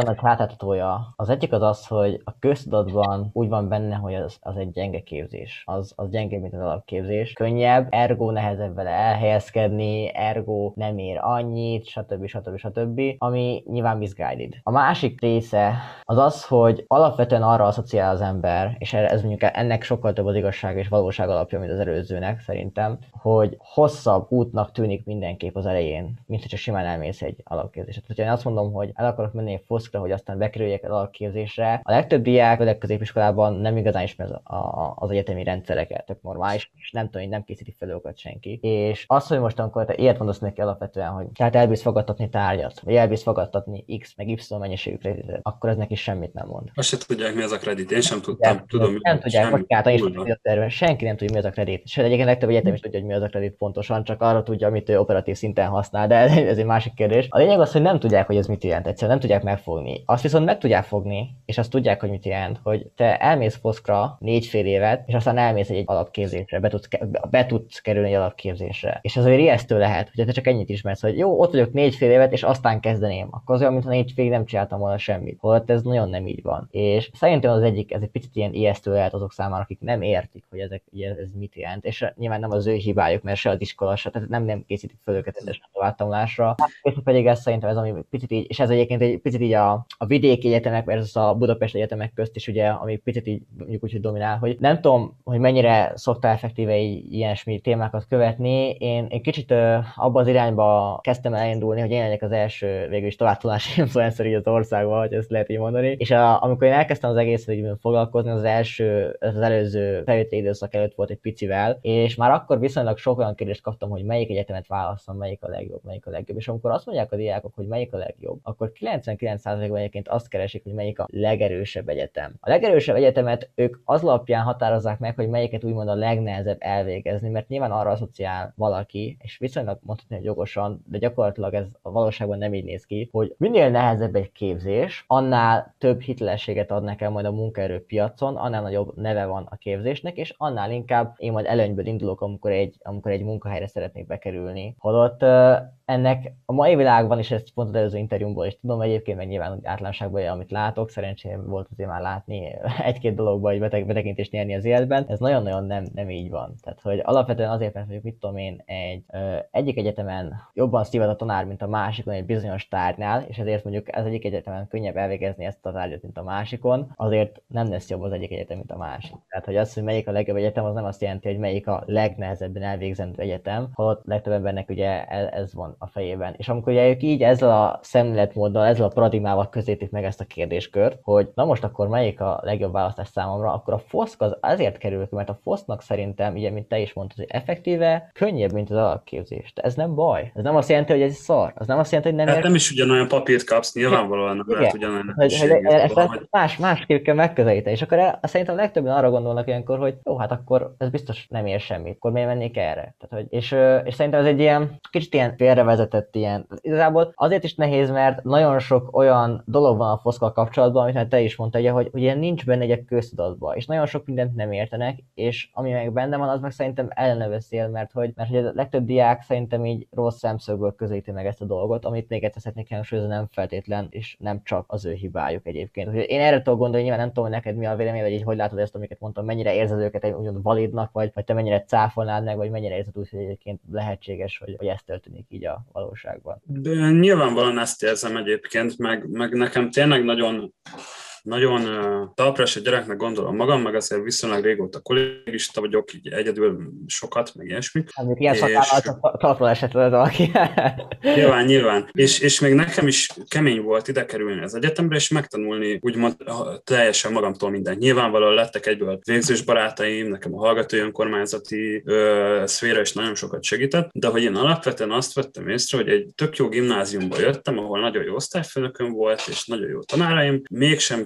nagy hátráltatója. Az egyik az az, hogy a köztudatban úgy van benne, hogy az, az egy gyenge képzés. Az, az gyengébb, mint az alapképzés. Könnyebb, ergo nehezebb vele elhelyezkedni, ergo nem ér annyit, stb. stb. stb. Ami nyilván misguided. A másik része az az, hogy alapvetően arra asszociál az ember, és ez mondjuk ennek sokkal több az igazság és valóság alapja, mint az előzőnek szerintem, hogy hosszabb útnak tűnik mindenképp az elején, mint hogyha simán elmész egy alapképzésre. Tehát, ha én azt mondom, hogy el akarok menni egy foszkra, hogy aztán bekerüljek az alapképzésre, a legtöbb diák, főleg középiskolában nem igazán ismer az, a, az egyetemi rendszereket, tök normális, és nem tudom, hogy nem készíti fel őket senki. És az, hogy most amikor te ilyet mondasz neki alapvetően, hogy tehát elbírsz fogadtatni tárgyat, vagy elbírsz fogadtatni X meg Y mennyiségű kreditet, akkor ez neki semmit nem mond. Azt se tudják, mi az a kredit. Én sem tudtam. Nem, Tudom, nem tudják, hogy hát is a senki nem tudja, mi az a kredit. Sőt, egyébként legtöbb egyetem is tudja, hogy mi az a kredit pontosan, csak arra tudja, amit ő operatív szinten használ, de ez egy másik kérdés. A lényeg az, hogy nem tudják, hogy ez mit jelent, egyszerűen nem tudják megfogni. Azt viszont meg tudják fogni, és azt tudják, hogy mit jelent, hogy te elmész foszkra négy fél évet, és aztán elmész egy, egy alapképzésre, be tudsz, be tudsz kerülni egy alapképzésre. És ez azért ijesztő lehet, hogy te csak ennyit ismersz, hogy jó, ott vagyok négy fél évet, és aztán kezdeném. Akkor az olyan, mintha négy fél nem csináltam volna semmit. Holott ez nagyon nem így van. És szerintem az egyik, ez egy picit ilyen ijesztő lehet azok számára, akik nem értik, hogy ezek, ez mit jelent. És nyilván nem az ő hibájuk, mert se az iskola, se, tehát nem, nem készítik fel őket ezzel a továbbtanulásra. És pedig ez szerintem ez, ami picit így, és ez egyébként egy picit így a, a vidéki egyetemek versus a Budapest egyetemek közt is ugye, ami picit így mondjuk úgy, hogy dominál, hogy nem tudom, hogy mennyire szoktál effektíve ilyesmi témákat követni. Én, én kicsit ö, abba az irányba kezdtem el elindulni, hogy én legyek az első végül is továbbtanulási influencer így az országban, hogy ezt lehet így mondani. És a, amikor én elkezdtem az egészre így foglalkozni, az első, az előző felvételi időszak előtt volt egy picivel, és már akkor viszonylag sok olyan kérdést kaptam, hogy melyik egyetemet választom, melyik a legjobb, melyik a legjobb. És amikor azt mondják a diákok, hogy melyik a legjobb, akkor kilencvenkilenc százalékban egyébként azt keresik, hogy melyik a legerősebb egyetem. A legerősebb egyetemet ők az alapján határozzák meg, hogy melyiket úgymond a legnehezebb elvégezni, mert nyilván arra asszociál valaki, és viszonylag mondhatni, hogy jogosan, de gyakorlatilag ez a valóságban nem így néz ki, hogy minél nehezebb egy képzés, annál több hitelességet ad nekem majd a munkaerőpiacon, annál nagyobb neve van a képzésnek, és annál inkább én majd előnyből indulok, amikor egy, amikor egy munkahelyre szeretnék bekerülni. Holott ennek a mai világban is, ezt pont az előző interjúmból is tudom, egyébként meg nyilván általánosságban, amit látok, szerencsém volt azért már látni egy-két dologban, hogy beteg, betekintést nyerni az életben, ez nagyon-nagyon nem, nem így van. Tehát, hogy alapvetően azért, mert mondjuk mit tudom én, egy, ö, egyik egyetemen jobban szívad a tanár, mint a másikon egy bizonyos tárgynál, és ezért mondjuk az egyik egyetemen könnyebb elvégezni ezt a tárgyat, mint a másikon, azért nem lesz jobb az egyik egyetem, mint a másik. Tehát, hogy az, hogy melyik a legjobb egyetem, az nem azt jelenti, hogy melyik a legnehezebben elvégzendő egyetem, holott legtöbb embernek ugye ez van a fejében. És amikor ugye ők így ezzel a szemléletmóddal, ezzel a paradigmával közelítik meg ezt a kérdéskört, hogy na most akkor melyik a legjobb választás számomra, akkor a foszk az azért kerül ki, mert a foszknak szerintem, ugye, mint te is mondtad, hogy effektíve könnyebb, mint az alapképzés. De ez nem baj. Ez nem azt jelenti, hogy ez szar. Ez nem azt jelenti, hogy nem hát nem is ugyanolyan papírt kapsz, nyilvánvalóan nem lehet ugyanolyan. Hogy, hogy ezt hogy... más, másképp kell megközelíteni. És akkor el, szerintem a legtöbben arra gondolnak ilyenkor, hogy jó, hát akkor ez biztos nem ér semmit. Akkor miért mennék erre? Tehát, hogy, és, és szerintem ez egy ilyen kicsit ilyen félrevezetett ilyen. Igazából azért is nehéz, mert nagyon sok olyan dolog van a foszkkal kapcsolatban, amit te is mondtad, ugye, hogy ugye nincs benne egy köztudatban, és nagyon sok mindent nem értenek, és ami meg benne van, az meg szerintem ellene beszél, mert hogy, mert hogy a legtöbb diák szerintem így rossz szemszögből közelíti meg ezt a dolgot, amit még egyszer szeretnék hangsúlyozni, nem feltétlen, és nem csak az ő hibájuk egyébként. Úgyhogy én erre tudok gondolni, nyilván nem tudom, hogy neked mi a vélemény, vagy így hogy látod ezt, amiket mondtam, mennyire érzed őket ugyanúgy validnak, vagy, vagy te mennyire cáfolnád meg, vagy mennyire érzed úgy, hogy egyébként lehetséges, hogy, hogy ez történik így a valóságban. De nyilvánvalóan ezt érzem egyébként, meg, meg nekem tényleg nagyon nagyon uh, talpra esett gyereknek gondolom magam, meg azért viszonylag régóta kollégista vagyok, így egyedül sokat, meg ilyesmi. Amikor ilyen szakállat talpra esett az valaki. Nyilván, nyilván. És, és még nekem is kemény volt ide kerülni az egyetemre, és megtanulni úgymond teljesen magamtól mindent. Nyilvánvalóan lettek egyből végzős barátaim, nekem a hallgatói önkormányzati ö, szféra is nagyon sokat segített, de hogy én alapvetően azt vettem észre, hogy egy tök jó gimnáziumba jöttem, ahol nagyon jó osztályfőnököm volt, és nagyon jó tanáraim, mégsem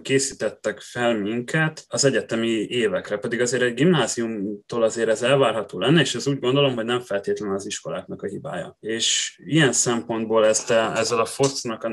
készítettek fel minket az egyetemi évekre, pedig azért egy gimnáziumtól azért ez elvárható lenne, és ez úgy gondolom, hogy nem feltétlenül az iskoláknak a hibája. És ilyen szempontból ezt a, ezzel a fosznak a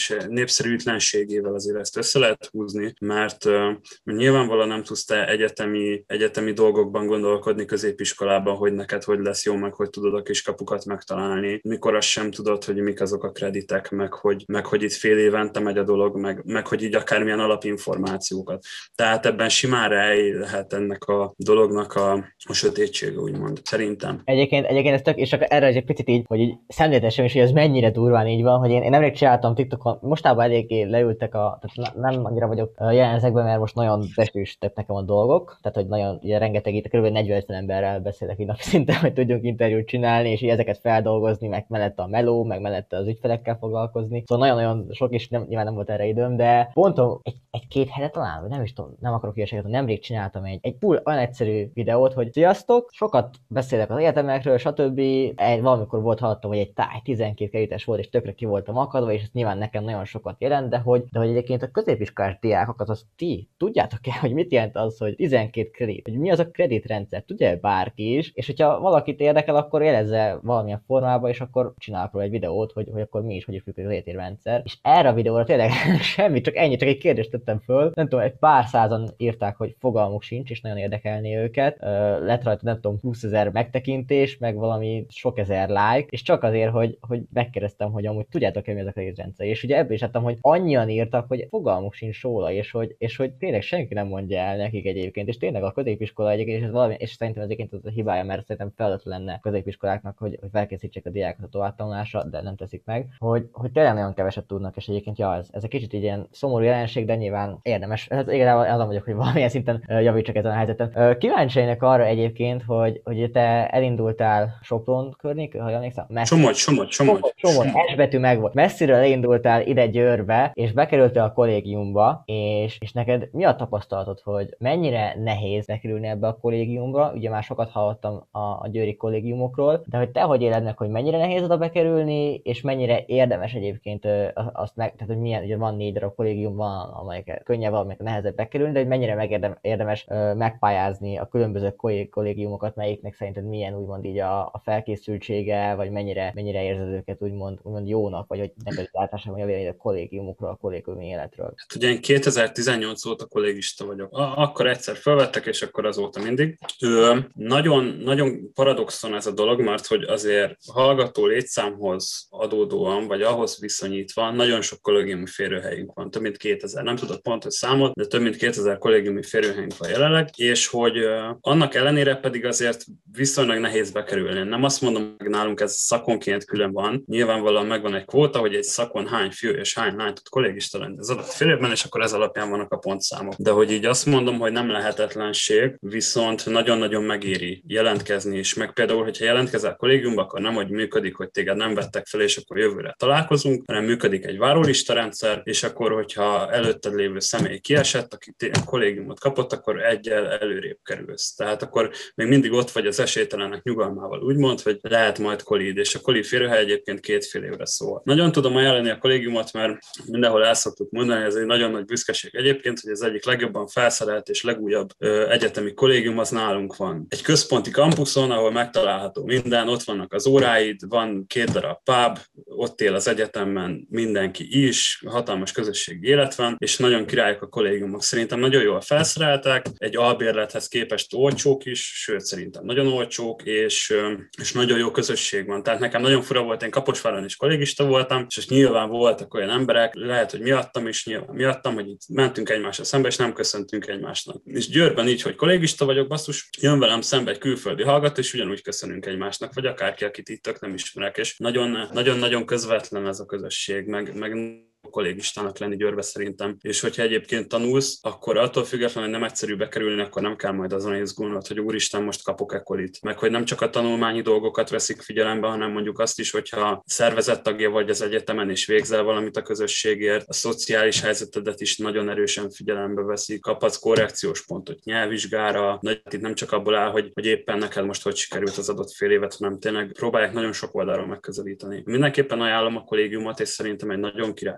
népszerűtlenségével azért ezt össze lehet húzni, mert uh, nyilvánvalóan nem tudsz te egyetemi, egyetemi dolgokban gondolkodni középiskolában, hogy neked hogy lesz jó, meg hogy tudod a kiskapukat megtalálni, mikor azt sem tudod, hogy mik azok a kreditek, meg hogy, meg hogy itt fél évente megy a dolog, meg, meg hogy így akármilyen alapinformációkat. Tehát ebben simán rejlhet ennek a dolognak a, a sötétsége, úgymond, szerintem. Egyébként, egyébként ez tök, és csak erre egy picit így, hogy így szemléltessem is, hogy ez mennyire durván így van, hogy én, én nemrég csináltam TikTokon, mostában eléggé leültek a, tehát nem annyira vagyok jelen ezekben, mert most nagyon besűstek nekem a dolgok, tehát hogy nagyon, ugye rengeteg itt, kb. negyven emberrel beszélek így napi szinten, hogy tudjunk interjút csinálni, és így ezeket feldolgozni, meg mellette a meló, meg mellette az ügyfelekkel foglalkozni. Szóval nagyon-nagyon sok, és nem, nyilván nem volt erre időm, de pont egy, egy két hete talán, vagy nem is tudom, nem akarok ilyeséget, nemrég csináltam egy, egy full olyan egyszerű videót, hogy sziasztok, sokat beszélek az egyetemekről, stb. Egy, valamikor volt, hallottam, hogy egy táj tizenkét kerültes volt, és tökre ki voltam akadva, és ez nyilván nekem nagyon sokat jelent, de hogy, de hogy egyébként a középiskolás diákokat, azt ti tudjátok-e, hogy mit jelent az, hogy tizenkét kredit, hogy mi az a kreditrendszer, tudja bárki is, és hogyha valakit érdekel, akkor jelezze valamilyen formában, és akkor csinálok róla egy videót, hogy, hogy akkor mi is, hogy is működik az é té rendszer. És erre a videóra tényleg semmi, csak ennyi, csak egy kérdést tettem föl. Nem tudom, egy pár százan írták, hogy fogalmuk sincs, és nagyon érdekelni őket. Uh, lett rajta, nem tudom, húszezer megtekintés, meg valami sok ezer like, és csak azért, hogy, hogy megkérdeztem, hogy amúgy tudjátok-e, mi ez a kreditrendszer. És ugye ebből is láttam, hogy annyian írtak, hogy fogalmuk sincs róla, és hogy, és hogy tényleg senki nem mondja el nekik egyébként, és tényleg a középiskola egyébként, és, ez valami, és szerintem ez egyébként az a hibája, mert szerintem feladat lenne a középiskoláknak, hogy, hogy felkészítsék a diákot a továbbtanulásra, de nem teszik meg, hogy, hogy tényleg nagyon keveset tudnak, és egyébként ja, ez, ez egy kicsit így ilyen szomorú jelenség, de nyilván érdemes. Hát igazából azon vagyok, hogy valamilyen szinten javítsak ezen a helyzeten. Kíváncsi lennék arra egyébként, hogy, hogy te elindultál Sopron környék, ha emlékszem? Somogy, Somogy, Somogy. Somogy, S betű meg volt. Messziről elindultál ide Győrbe, és bekerültél a kollégiumba, és, és neked mi a tapasztalatod, hogy mennyire nehéz bekerülni ebbe a kollégiumba? Ugye már sokat hallottam a, a győri kollégiumokról, de hogy te hogy éled meg, hogy mennyire nehéz oda bekerülni, és mennyire érdemes egyébként azt meg, tehát hogy milyen, ugye van négy darab kollégium, van, amelyek könnyebb, amelyek nehezebb bekerülni, de hogy mennyire megérdemes megpályázni a különböző kollégiumokat, melyiknek szerinted milyen úgymond így a, a felkészültsége, vagy mennyire, mennyire érzed őket úgymond, úgymond jónak, vagy hogy neked általában javítani a kollégiumokról, a kollégiumi életről. Hát ugye én kétezer-tizennyolc óta kollégista vagyok. Akkor egyszer felvettek, és akkor azóta mindig. Ő, nagyon, nagyon paradoxon ez a dolog, mert hogy azért hallgató létszámhoz adódóan, vagy ahhoz viszonyítva nagyon sok kollégiumi férőhelyünk van, több mint kétezer, nem tudok pontos számot, de több mint kétezer kollégiumi férőhelyünk van jelenleg, és hogy annak ellenére pedig azért viszonylag nehéz bekerülni. Nem azt mondom, hogy nálunk ez szakonként külön van, nyilvánvalóan megvan egy kvóta, hogy egy szakon hány fiú és hány lány tud kollégista lenni az adott fél évben, és akkor ez alapján vannak a pontszámok. De hogy így azt mondom, hogy nem lehetetlenség, viszont nagyon-nagyon megéri jelentkezni is. Meg például, hogyha jelentkezel kollégiumba, akkor nem, hogy működik, hogy téged nem vettek fel, és akkor jövőre találkozunk, hanem működik egy várólistarendszer, és akkor, hogyha előtted lévő személy kiesett, aki kollégiumot kapott, akkor egyel előrébb kerülsz. Tehát akkor még mindig ott vagy az esélytelenek nyugalmával, úgymond, hogy lehet majd kolíd, és a kolíd férőhely egyébként két-fél évre szól. Nagyon tudom ajánlani a kollégiumot, mert mindenhol el szoktuk mondani, ez egy nagyon nagy büszkeség egyébként, hogy az egyik legjobban felszerelt és legújabb ö, egyetemi kollégium az nálunk van. Egy központi kampuszon, ahol megtalálható minden, ott vannak az óráid, van két darab pub, ott él az egyetemen mindenki is, hatalmas közösségi élet van, és nagyon királyok a kollégiumok. Szerintem nagyon jól felszereltek, egy albérlethez képest olcsók is, sőt szerintem nagyon olcsók, és, és nagyon jó közösség van. Tehát nekem nagyon fura volt, én Kaposváron is kollégista voltam, és nyilván voltak olyan emberek, lehet, hogy miattam is, nyilván miattam, hogy itt mentünk egymásra szembe, és nem köszöntünk egymásnak. És Győrben így, hogy kollégista vagyok, basszus, jön velem szembe egy külföldi hallgató, és ugyanúgy köszönünk egymásnak, vagy akárki, akit itt tök nem ismerek, és nagyon-nagyon közvetlen ez a közösség, meg, meg kollégistának lenni Győrbe szerintem. És hogyha egyébként tanulsz, akkor attól függetlenül, hogy nem egyszerű bekerülni, akkor nem kell majd azon izgulnod, hogy úristen, most kapok-e kolit. Meg hogy nem csak a tanulmányi dolgokat veszik figyelembe, hanem mondjuk azt is, hogyha szervezettagja vagy az egyetemen és végzel valamit a közösségért, a szociális helyzetedet is nagyon erősen figyelembe veszik, kaphatsz korrekciós pontot nyelvvizsgára, itt nem csak abból áll, hogy, hogy éppen neked most hogy sikerült az adott fél évet, hanem tényleg próbálják nagyon sok oldalról megközelíteni. Mindenképpen ajánlom a kollégiumot, és szerintem egy nagyon király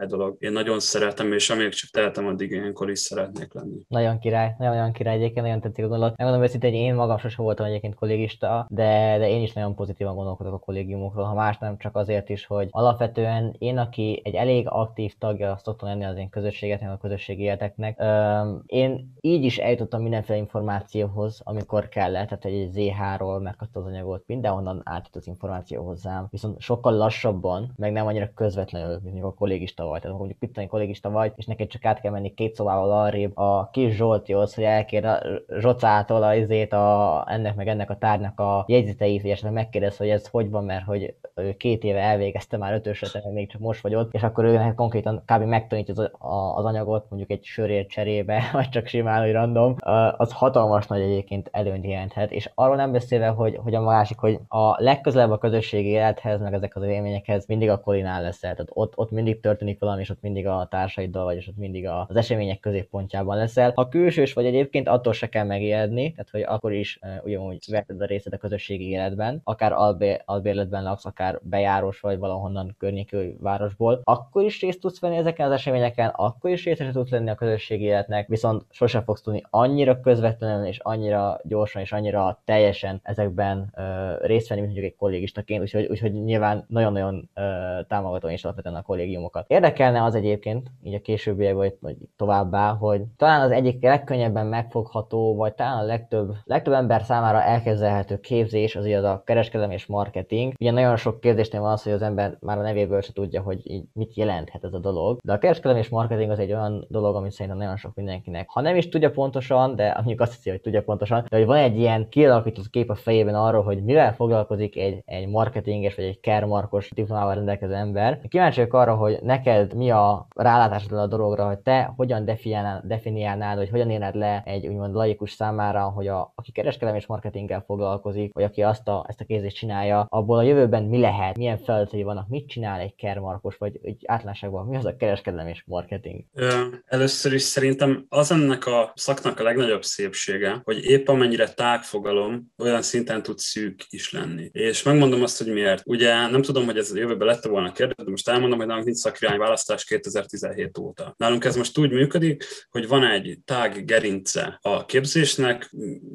dolog. Én nagyon szeretem, és amíg csak tehetem, addig ilyenkor is szeretnék lenni. Nagyon király, nagyon-nagyon király egyébként, nagyon tetszik a gondolat. Megmondom őszintén, hogy én magam sosem voltam egyébként kollégista, de, de én is nagyon pozitívan gondolkodok a kollégiumokról, ha más nem, csak azért is, hogy alapvetően én, aki egy elég aktív tagja szoktam lenni az én közösségetnek, a közösségi életeknek, én így is eljutottam mindenféle információhoz, amikor kellett, tehát egy zé há-ról megkapta az anyagot, mindenhonnan átjött az információ hozzám, viszont sokkal lassabban, meg nem annyira közvetlenül, mint amikor kollégista vagy. Tehát mondjuk pittani kollégista vagy, és neked csak át kell menni két szobával arrébb a kis Zsoltihoz, hogy elkér a Zsocától a izét, a, ennek meg ennek a tárgynak a jegyzeteit, és esetleg megkérdez, hogy ez hogy van, mert hogy két éve elvégezte már ötösre, te még csak most vagy ott, és akkor ő konkrétan kb. Megtanítja az, az anyagot, mondjuk egy sörért cserébe, vagy csak simán, hogy random, az hatalmas nagy egyébként előnyt jelenthet, és arról nem beszélve, hogy, hogy a másik, hogy a legközelebb a közösségi élethez, meg ezek az élményekhez mindig a kolinál leszel, tehát ott, ott mindig történik valami, és ott mindig a társaiddal vagy, és ott mindig az események középpontjában leszel. Ha külsős vagy egyébként, attól se kell megijedni, tehát hogy akkor is uh, ugyanúgy vetted a részed a közösségi életben, akár albé, albérletben laksz, akár bejárós vagy valahonnan környékű városból, akkor is részt tudsz venni ezeken az eseményeken, akkor is részese tudsz lenni a közösségi életnek, viszont sosem fogsz tudni annyira közvetlenül és annyira gyorsan és annyira teljesen ezekben uh, részt venni, mint mondjuk egy kollégistaként, úgyhogy, úgyhogy nyilván nagyon-nagyon uh, támogatom is alapvetően a kollégiumokat. Érdekelne az egyébként, így a későbbiekben vagy továbbá, hogy talán az egyik legkönnyebben megfogható, vagy talán a legtöbb, legtöbb ember számára elképzelhető képzés az az a kereskedelem és marketing. Ugye nagyon sok képzésnél van az, hogy az ember már a nevéből se tudja, hogy így mit jelenthet ez a dolog. De a kereskedelem és marketing az egy olyan dolog, amit szerintem nagyon sok mindenkinek, ha nem is tudja pontosan, de mondjuk azt hiszi, hogy tudja pontosan, de hogy van egy ilyen kialakított kép a fejében arról, hogy mivel foglalkozik egy, egy marketinges vagy egy care markos diplomával rendelkező ember. Kíváncsi vagyok arra, hogy neked mi a rálátásod a dologra, hogy te hogyan definiálnád, definiálnád, hogy hogyan éled le egy úgymond laikus számára, hogy a, aki kereskedelem és marketinggel foglalkozik, vagy aki azt a, ezt a képzést csinálja, abból a jövőben mi lehet, milyen feladatai vannak, mit csinál egy care markos, vagy egy általánosságban mi az a kereskedelem és marketing? Először is szerintem az ennek a szaknak a legnagyobb szépsége, hogy épp amennyire tágfogalom, olyan szinten tud szűk is lenni. És megmondom azt, hogy miért. Ugye nem tudom, hogy ez a jövőben lett volna kérdés, de most elmondom, hogy nálunk nincs szakirányválasztás kétezer-tizenhét óta. Nálunk ez most úgy működik, hogy van egy tág gerince a képzésnek,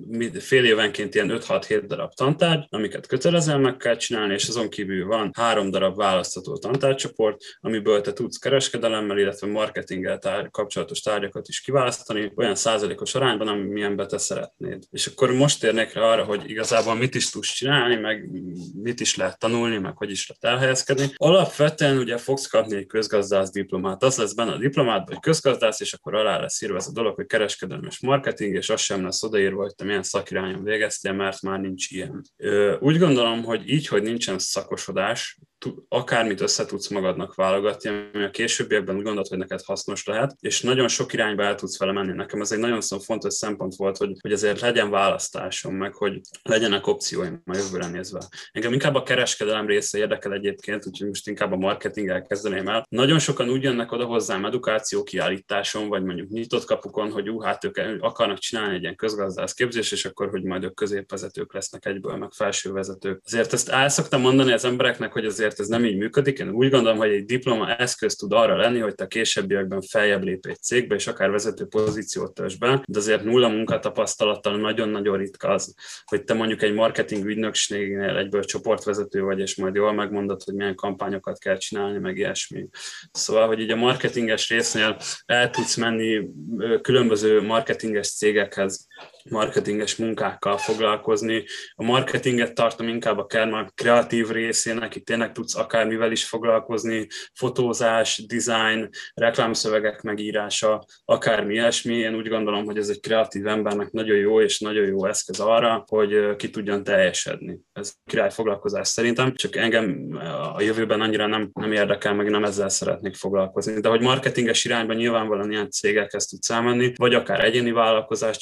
fél évenként ilyen öt-hat-hét darab tantárgy, amiket kötelezően meg kell csinálni, és azon kívül van három darab választható tantárgycsoport, amiből te tudsz kereskedelemmel, illetve marketinggel tár- kapcsolatos tárgyakat is kiválasztani, olyan százalékos arányban, amilyenbe te szeretnéd. És akkor most érnék rá arra, hogy igazából mit is tudsz csinálni, meg mit is lehet tanulni, meg hogy is lehet elhelyezkedni. Alapvetően ugye fogsz kapni egy közgazdász diplomát. Az lesz benne a diplomát, vagy közgazdász, és akkor alá lesz írva ez a dolog, hogy kereskedelem és marketing, és az sem lesz odaírva, hogy te milyen szakirányon végeztél, mert már nincs ilyen. Úgy gondolom, hogy így, hogy nincsen szakosodás, akármit össze tudsz magadnak válogatni, ami a későbbiekben úgy gondolod, hogy neked hasznos lehet, és nagyon sok irányba el tudsz vele menni. Nekem ez egy nagyon fontos szempont volt, hogy, hogy azért legyen választásom, meg hogy legyenek opcióim a jövőre nézve. Engem inkább a kereskedelem része érdekel egyébként, úgyhogy most inkább a marketinggel kezdeném el. Nagyon sokan úgy jönnek oda hozzám edukáció kiállításon, vagy mondjuk nyitott kapukon, hogy ú, hát ők akarnak csinálni egy ilyen közgazdász képzést, és akkor, hogy majd ők középvezetők lesznek egyből, meg felsővezetők. Azért ezt el szoktam mondani az embereknek, hogy azért ez nem így működik. Én úgy gondolom, hogy egy diploma eszköz tud arra lenni, hogy te a későbbiekben feljebb lép egy cégbe, és akár vezető pozíciót tölts be, de azért nulla munkatapasztalattal nagyon-nagyon ritka az, hogy te mondjuk egy marketing ügynökségnél egyből csoportvezető vagy, és majd jól megmondod, hogy milyen kampányokat kell csinálni, meg ilyesmi. Szóval, hogy így a marketinges résznél el tudsz menni különböző marketinges cégekhez, marketinges munkákkal foglalkozni. A marketinget tartom inkább a kreatív részének, itt tényleg tudsz akármivel is foglalkozni, fotózás, design, reklámszövegek megírása, akármi ilyesmi. Én úgy gondolom, hogy ez egy kreatív embernek nagyon jó és nagyon jó eszköz arra, hogy ki tudjon teljesedni. Ez király foglalkozás szerintem, csak engem a jövőben annyira nem, nem érdekel, meg nem ezzel szeretnék foglalkozni. De hogy marketinges irányban nyilvánvalóan ilyen cégekhez tudsz elmenni, vagy akár egyéni vállalkozást csinálni, hogy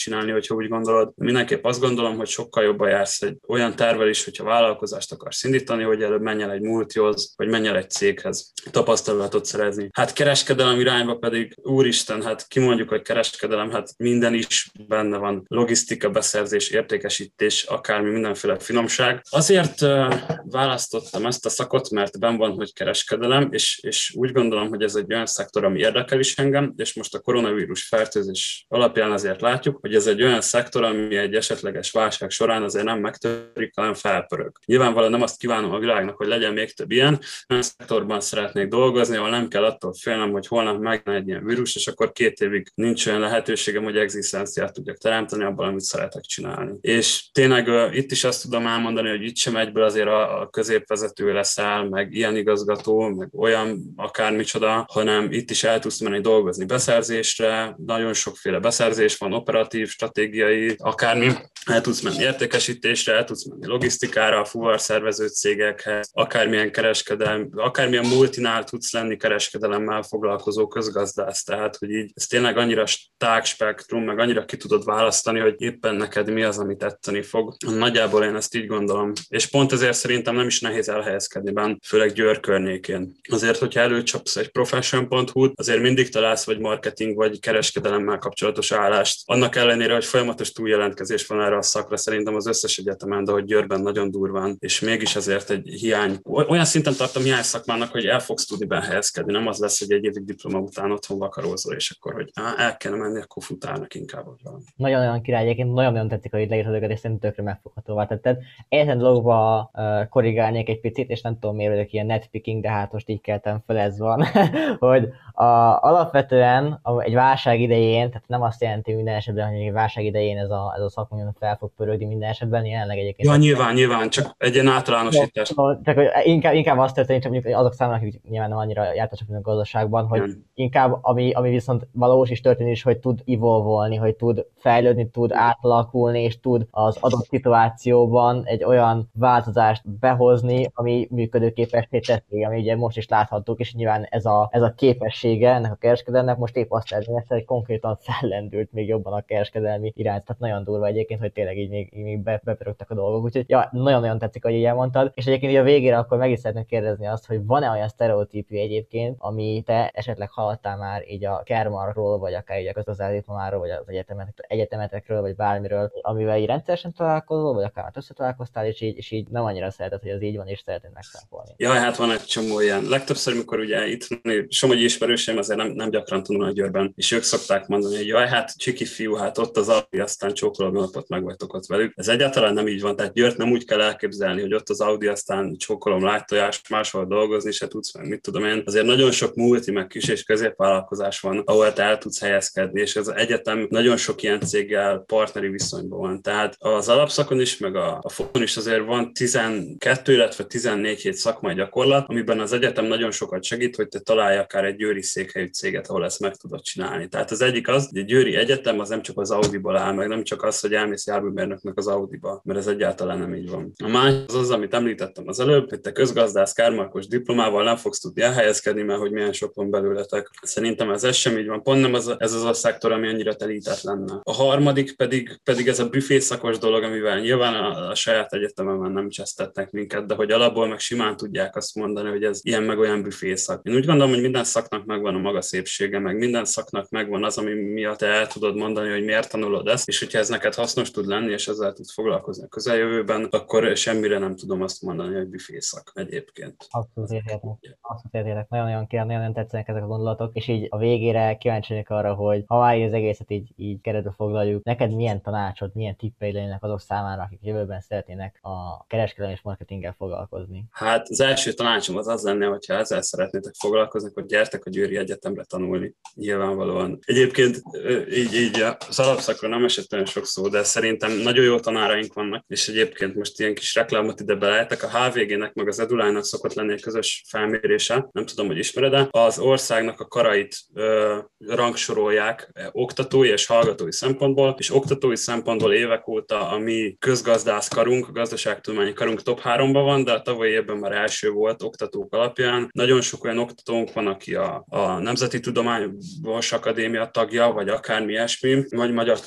hogyha úgy gondolod. Mindenképp azt gondolom, hogy sokkal jobban jársz egy olyan tervel is, hogyha vállalkozást akarsz indítani, hogy előbb menj el egy multihoz, vagy menj el egy céghez tapasztalatot szerezni. Hát kereskedelem irányba pedig, úristen, hát kimondjuk, hogy kereskedelem, hát minden is benne van. Logisztika, beszerzés, értékesítés, akármi, mindenféle finomság. Azért uh, választottam ezt a szakot, mert benn van, hogy kereskedelem, és, és úgy gondolom, hogy ez egy olyan szektor, ami érdekel is engem, és most a koronavírus fertőzés alapján azért látjuk, hogy ez egy olyan szektor, ami egy esetleges válság során azért nem megtörik, hanem felpörög. Nyilvánvalóan nem azt kívánom a világnak, hogy legyen még több ilyen, olyan szektorban szeretnék dolgozni, ahol nem kell attól félnem, hogy holnap megjön egy ilyen vírus, és akkor két évig nincs olyan lehetőségem, hogy egzisztenciát tudjak teremteni abban, amit szeretek csinálni. És tényleg uh, itt is azt tudom elmondani, hogy itt sem egyből azért a, a középvezető leszel, meg ilyen igazgató, meg olyan akármicsoda, hanem itt is el tudsz menni dolgozni beszerzésre, nagyon sokféle beszerzés van, operatív, stratégiai, akármi, el tudsz menni értékesítésre, el tudsz menni logisztikára, a fuvarszervező cégekhez, akármilyen kereskedelem, akármilyen multinál tudsz lenni kereskedelemmel foglalkozó közgazdász, tehát hogy így ez tényleg annyira tág spektrum, meg annyira ki tudod választani, hogy éppen neked mi az, amit tetteni fog. Nagyjából én ezt így gondolom. És pont ezért szerintem nem is nehéz elhelyezkedni benne, főleg Győr környékén. Azért, hogyha előcsapsz egy profession pont hu-t, azért mindig találsz vagy marketing, vagy kereskedelemmel kapcsolatos állást. Annak ellenére, hogy folyamatos túljelentkezés van erre a szakra, szerintem az összes egyetemen, de hogy Győrben nagyon durván, és mégis ezért egy hiány. Olyan szinten tartom hiány szakmának, hogy el fogsz tudni benne helyezkedni. Nem az lesz, hogy egy évig diploma után otthon vakarózol, és akkor, hogy á, el kell menni, akkor futálnak inkább. Nagyon-nagyon király, egyébként nagyon-nagyon tetszik, hogy leírtad őket, és szerintem tökre megfoghatóvá tetted. Egyetlen dologba uh, korrigálnék egy picit, és nem tudom, miért vagyok ilyen netpicking, de hát most így keltem fel, ez van, hogy a, alapvetően a, egy válság idején, tehát nem azt jelenti minden esetben, hogy egy válság idején ez a, ez a szakma fel fog pörögni minden esetben, jelenleg egyébként. Ja, nyilván, nyilván, csak egy ilyen általánosítás. Csak inkább, inkább azt történik, csak mondjuk azok számára, akik nyilván nem annyira jártasak a gazdaságban, hogy hmm. inkább ami, ami viszont valós is történik is, hogy tud evolvolni, hogy tud fejlődni, tud átalakulni, és tud az adott szituációban egy olyan változást behozni, ami működőképessé teszi, ami ugye most is láthattuk, és nyilván ez a, ez a képessége ennek a kereskedelmek most épp azt eredményezte, hogy konkrétan fellendült még jobban a kereskedelmi irány. Tehát nagyon durva egyébként, hogy tényleg így még, így még be, bepörögtek a dolgok. Úgyhogy ja, nagyon-nagyon tetszik, hogy így elmondtad. És egyébként a végére akkor meg is szeretném kérdezni azt, hogy van-e olyan sztereotípia egyébként, ami te esetleg hallottál már így a Kermarról, vagy akár így a közgazdasági diplomáról, vagy az egyetemetek, egyetemetekről, vagy bármiről, amivel így rendszeresen találkozol, vagy akár már összetalálkoztál, és így, és így nem annyira szereted, hogy az így van, és szeretnéd megszápolni. Jaj, hát van egy csomó ilyen. Legtöbbször, amikor ugye itt somogyi ismerőseim azért nem, nem gyakran tanulnak a Győrben, és ők szokták mondani, hogy jaj, hát csiki fiú, hát ott az Audi, aztán csókolom napot meg vagytok ott velük. Ez egyáltalán nem így van, tehát Győrt nem úgy kell elképzelni, hogy ott az Audi, aztán csókolom lájtojás, máshol dolgozni se tudsz, meg mit tudom én. Azért nagyon sok multi, meg kis és középvállalkozás van, ahol te el tudsz helyezkedni, és az egyetem nagyon sok ilyen céggel partneri viszonyban van. Tehát az alapszakon is, meg a, a fokon is azért van tizenkettő, illetve tizennégy hét szakmai gyakorlat, amiben az egyetem nagyon sokat segít, hogy te találj akár egy győri székhelyű céget, ahol ezt meg tudod csinálni. Tehát az egyik az, hogy a győri egyetem az nem csak az Audiból áll, meg nem csak az, hogy elmész járműmérnöknek az Audiba, mert ez egyáltalán nem így van. A másik az az, amit említettem az előbb, hogy te közgazdász kármarkos diplomával nem fogsz tudni elhelyezkedni, mert hogy milyen sok van belőletek. Szerintem ez, ez sem így van. Pont nem az, ez az a szektor, ami annyira telített lenne. A harmadik pedig, pedig ez a büfészakos dolog, amivel nyilván a, a saját egyetemen nem csesztetnek minket, de hogy alapból meg simán tudják azt mondani, hogy ez ilyen meg olyan büfészak. Én úgy gondolom, hogy minden szaknak megvan a maga szépsége, meg minden szaknak megvan az, ami miatt te el tudod mondani, hogy miért tanulod ezt, és hogyha ez neked hasznos tud lenni, és ezzel tudsz foglalkozni a közeljövőben, akkor semmire nem tudom azt mondani, hogy büfészak egyébként. Abszolút értétek. Abszolút értétek. Nagyon-nagyon kérem, nagyon tetszenek ezek a gondolatok, és így a végére kíváncsi vagyok arra, hogy ha már az egészet így, így keretbe foglaljuk, neked milyen tanácsod, milyen tippeid lennének azok számára, akik jövőben szeretnének a kereskedelmi és marketinggel foglalkozni? Hát az első tanácsom az az lenne, hogyha ezzel szeretnétek foglalkozni, akkor gyertek a Győri Egyetemre tanulni. Nyilvánvalóan. Egyébként így, így az alapszakról nem esett olyan sok szó, de szerintem nagyon jó tanáraink vannak, és egyébként most ilyen kis reklámot ide belehetek. A há vé gének meg az Edulájnak szokott lenni egy közös felmérése, nem tudom, hogy ismered-e. Az országnak a karait ö, rangsorolják ö, oktatói és hallgatói szempontból, és oktatói szempontból évek óta a mi közgazdász karunk, a gazdaságtudományi karunk top háromban van, de a tavalyi évben már első volt oktatók alapján. Nagyon sok olyan oktatónk van, aki a, a Nemzeti Tudományos Akadémia tagja, vagy akármi ilyesmi, vagy Magyar Tudományos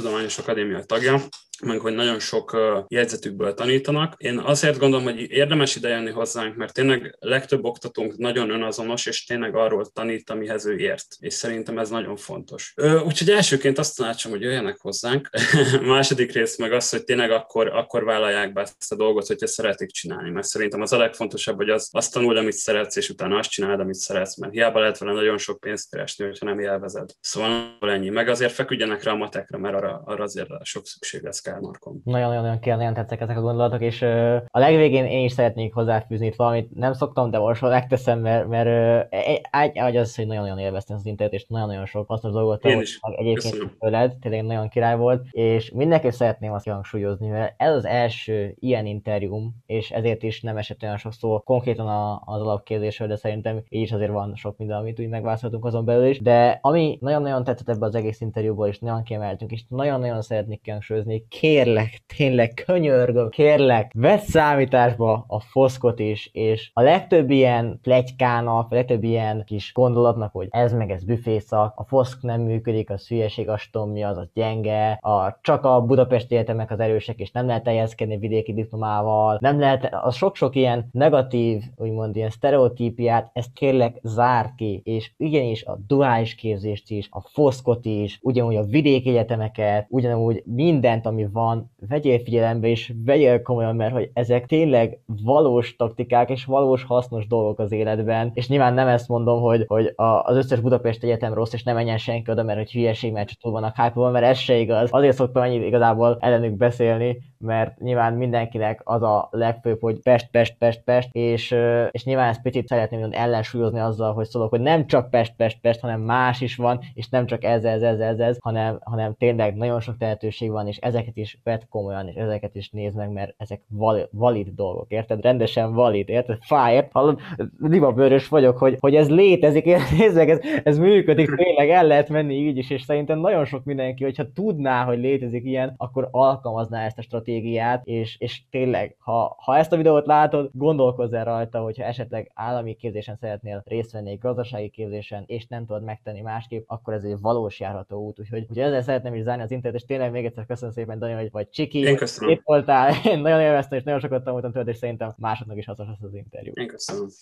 Tudományos Akadémia tagja, meg hogy nagyon sok jegyzetükből tanítanak. Én azért gondolom, hogy érdemes idejönni hozzánk, mert tényleg legtöbb oktatónk nagyon önazonos, és tényleg arról tanít, amihez ő ért. És szerintem ez nagyon fontos. Úgyhogy elsőként azt tanácsom, hogy jöjjenek hozzánk. Második rész meg az, hogy tényleg akkor, akkor vállalják be ezt a dolgot, hogyha szeretik csinálni. Mert szerintem az a legfontosabb, hogy az, azt tanuld, amit szeretsz, és utána azt csináld, amit szeretsz, mert hiába lehet vele nagyon sok pénzt keresni, hogyha nem élvezed. Szóval ennyi. Meg azért feküdjenek rá a matekra, mert arra, arra azért sok szükség lesz Kálmarkon. Nagyon-nagyon kell, nagyon tetszek ezek a gondolatok, és uh, a legvégén én is szeretnék hozzáfűzni itt valamit, nem szoktam, de most megteszem, mert, mert uh, egy az, hogy nagyon-nagyon élveztem az internet, és nagyon-nagyon sok hasznos dolgot tanultam egyébként tőled, tényleg nagyon király volt, és mindenképp szeretném azt kihangsúlyozni, mert ez az első ilyen interjúm, és ezért is nem esett olyan sok szó konkrétan az alapkérdésről, de szerintem így is azért van sok minden, amit úgy megválaszoltunk azon belül is, de ami nagyon-nagyon tetszett ebbe az egész interjúból, és nagyon kiemeltünk, és nagyon-nagyon szeretnék kihangsúlyozni, kérlek, tényleg könyörgöm, kérlek, vedd számításba a foszkot is, és a legtöbb ilyen pletykának, a legtöbb ilyen kis gondolatnak, hogy ez meg ez büfészak, a foszk nem működik, az hülyeség, az mi az, az gyenge, a, csak a budapesti egyetemek az erősek, és nem lehet elhelyezkedni vidéki diplomával, nem lehet, az sok-sok ilyen negatív, úgymond ilyen sztereotípiát, ezt kérlek zárd ki, és igenis a duális képzést is, a foszkot is, ugyanúgy a vidéki egyetemeket, ugyanúgy mindent, ami van, vegyél figyelembe, és vegyél komolyan, mert hogy ezek tényleg valós taktikák, és valós hasznos dolgok az életben, és nyilván nem ezt mondom, hogy, hogy a, az összes Budapesti egyetem rossz, és nem menjen senki oda, mert hogy hülyeség, mert csak túl vannak hype-ban, mert ez se igaz. Azért szoktam ennyi igazából ellenük beszélni, mert nyilván mindenkinek az a legfőbb, hogy Pest, Pest, Pest, Pest, és, és nyilván ezt picit szeretném ellensúlyozni azzal, hogy szólok, hogy nem csak Pest, Pest, Pest, hanem más is van, és nem csak ez, ez, ez, ez, ez hanem, hanem tényleg nagyon sok lehetőség van, és ezeket is vedd komolyan, és ezeket is nézd meg, mert ezek valid, valid dolgok, érted? Rendesen valid, érted? Fájt, hallod? Libabőrös vagyok, hogy, hogy ez létezik, nézd meg, ez, ez működik, tényleg el lehet menni így is, és szerintem nagyon sok mindenki, hogyha tudná, hogy létezik ilyen, akkor alkalmazná ezt a stratégiát, és, és tényleg, ha, ha ezt a videót látod, gondolkozz el rajta, hogyha esetleg állami képzésen szeretnél részt venni, egy gazdasági képzésen, és nem tudod megtenni másképp, akkor ez egy valós járható út, úgyhogy, úgyhogy ezzel szeretném is zárni az internet, és tényleg még egyszer köszönöm szépen, Dani, hogy vagy Csiki, itt voltál, én nagyon élveztem, és nagyon sokat tanultam tőled, és szerintem másoknak is hasznos lesz az interjú. Én köszönöm.